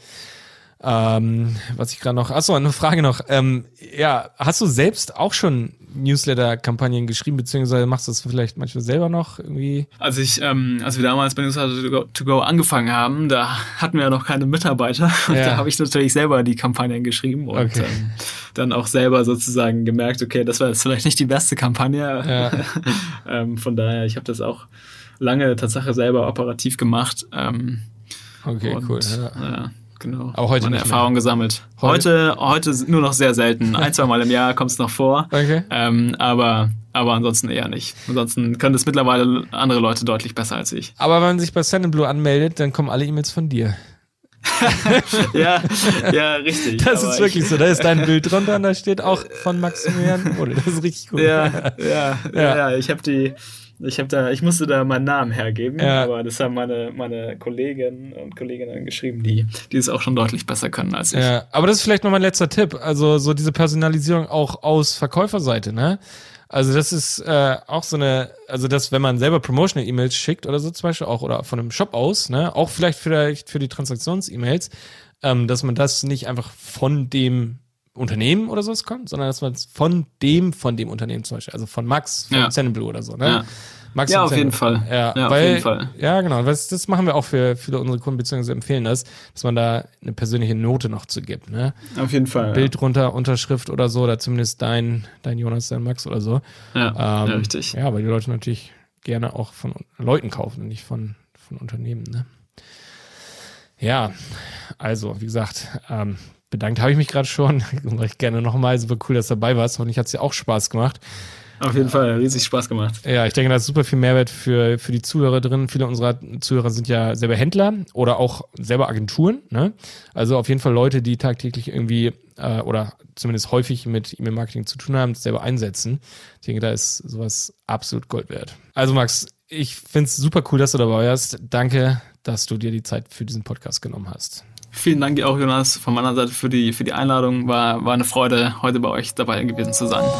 was ich gerade noch, eine Frage noch. Hast du selbst auch schon Newsletter-Kampagnen geschrieben, beziehungsweise machst du das vielleicht manchmal selber noch irgendwie? Als wir damals bei Newsletter-to-go angefangen haben, da hatten wir ja noch keine Mitarbeiter und da habe ich natürlich selber die Kampagnen geschrieben und dann auch selber sozusagen gemerkt, okay, das war jetzt vielleicht nicht die beste Kampagne. Ja. Von daher, ich habe das auch lange Tatsache selber operativ gemacht. Cool. Ja. Genau. Aber heute meine Erfahrung gesammelt. Heute nur noch sehr selten. 1-2 Mal im Jahr kommt es noch vor. Okay. Aber ansonsten eher nicht. Ansonsten können das mittlerweile andere Leute deutlich besser als ich. Aber wenn man sich bei Send & Blue anmeldet, dann kommen alle E-Mails von dir. ja, richtig. Das ist wirklich so. Da ist dein Bild drunter und da steht auch von Maximilian Model. Das ist richtig cool. Ja. Ich habe Ich musste da meinen Namen hergeben, aber das haben meine Kolleginnen und Kolleginnen geschrieben, die es auch schon deutlich besser können als ich. Ja, aber das ist vielleicht noch mein letzter Tipp. Also so diese Personalisierung auch aus Verkäuferseite, ne? Also das ist auch so also dass, wenn man selber Promotional-E-Mails schickt oder so zum Beispiel auch, oder von einem Shop aus, ne, auch vielleicht für die Transaktions-E-Mails, dass man das nicht einfach von dem Unternehmen oder sowas kommt, sondern dass man es von dem Unternehmen zum Beispiel, also von Max, von Sendblue oder so, ne? Ja. Max ja, auf jeden Fall. Ja, auf weil, jeden Fall. Ja, genau. Das machen wir auch für viele unsere Kunden, beziehungsweise empfehlen das, dass man da eine persönliche Note noch zu gibt, ne? Auf jeden Fall. Bild drunter, Unterschrift oder so, oder zumindest dein Jonas, dein Max oder so. Ja, richtig. Ja, weil die Leute natürlich gerne auch von Leuten kaufen und nicht von Unternehmen, ne? Ja, also, wie gesagt, bedankt habe ich mich gerade schon. Recht gerne nochmal. Super cool, dass du dabei warst. Hoffentlich hat es dir auch Spaß gemacht. Auf jeden Fall, riesig Spaß gemacht. Ja, ich denke, da ist super viel Mehrwert für die Zuhörer drin. Viele unserer Zuhörer sind ja selber Händler oder auch selber Agenturen, ne? Also auf jeden Fall Leute, die tagtäglich irgendwie oder zumindest häufig mit E-Mail-Marketing zu tun haben, das selber einsetzen. Ich denke, da ist sowas absolut Gold wert. Also Max, ich finde es super cool, dass du dabei warst. Danke, dass du dir die Zeit für diesen Podcast genommen hast. Vielen Dank dir auch, Jonas, von meiner Seite für die Einladung. War eine Freude, heute bei euch dabei gewesen zu sein.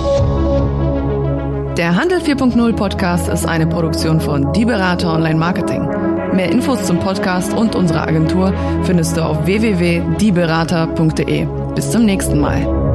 Der Handel 4.0 Podcast ist eine Produktion von Die Berater Online Marketing. Mehr Infos zum Podcast und unserer Agentur findest du auf www.dieberater.de. Bis zum nächsten Mal.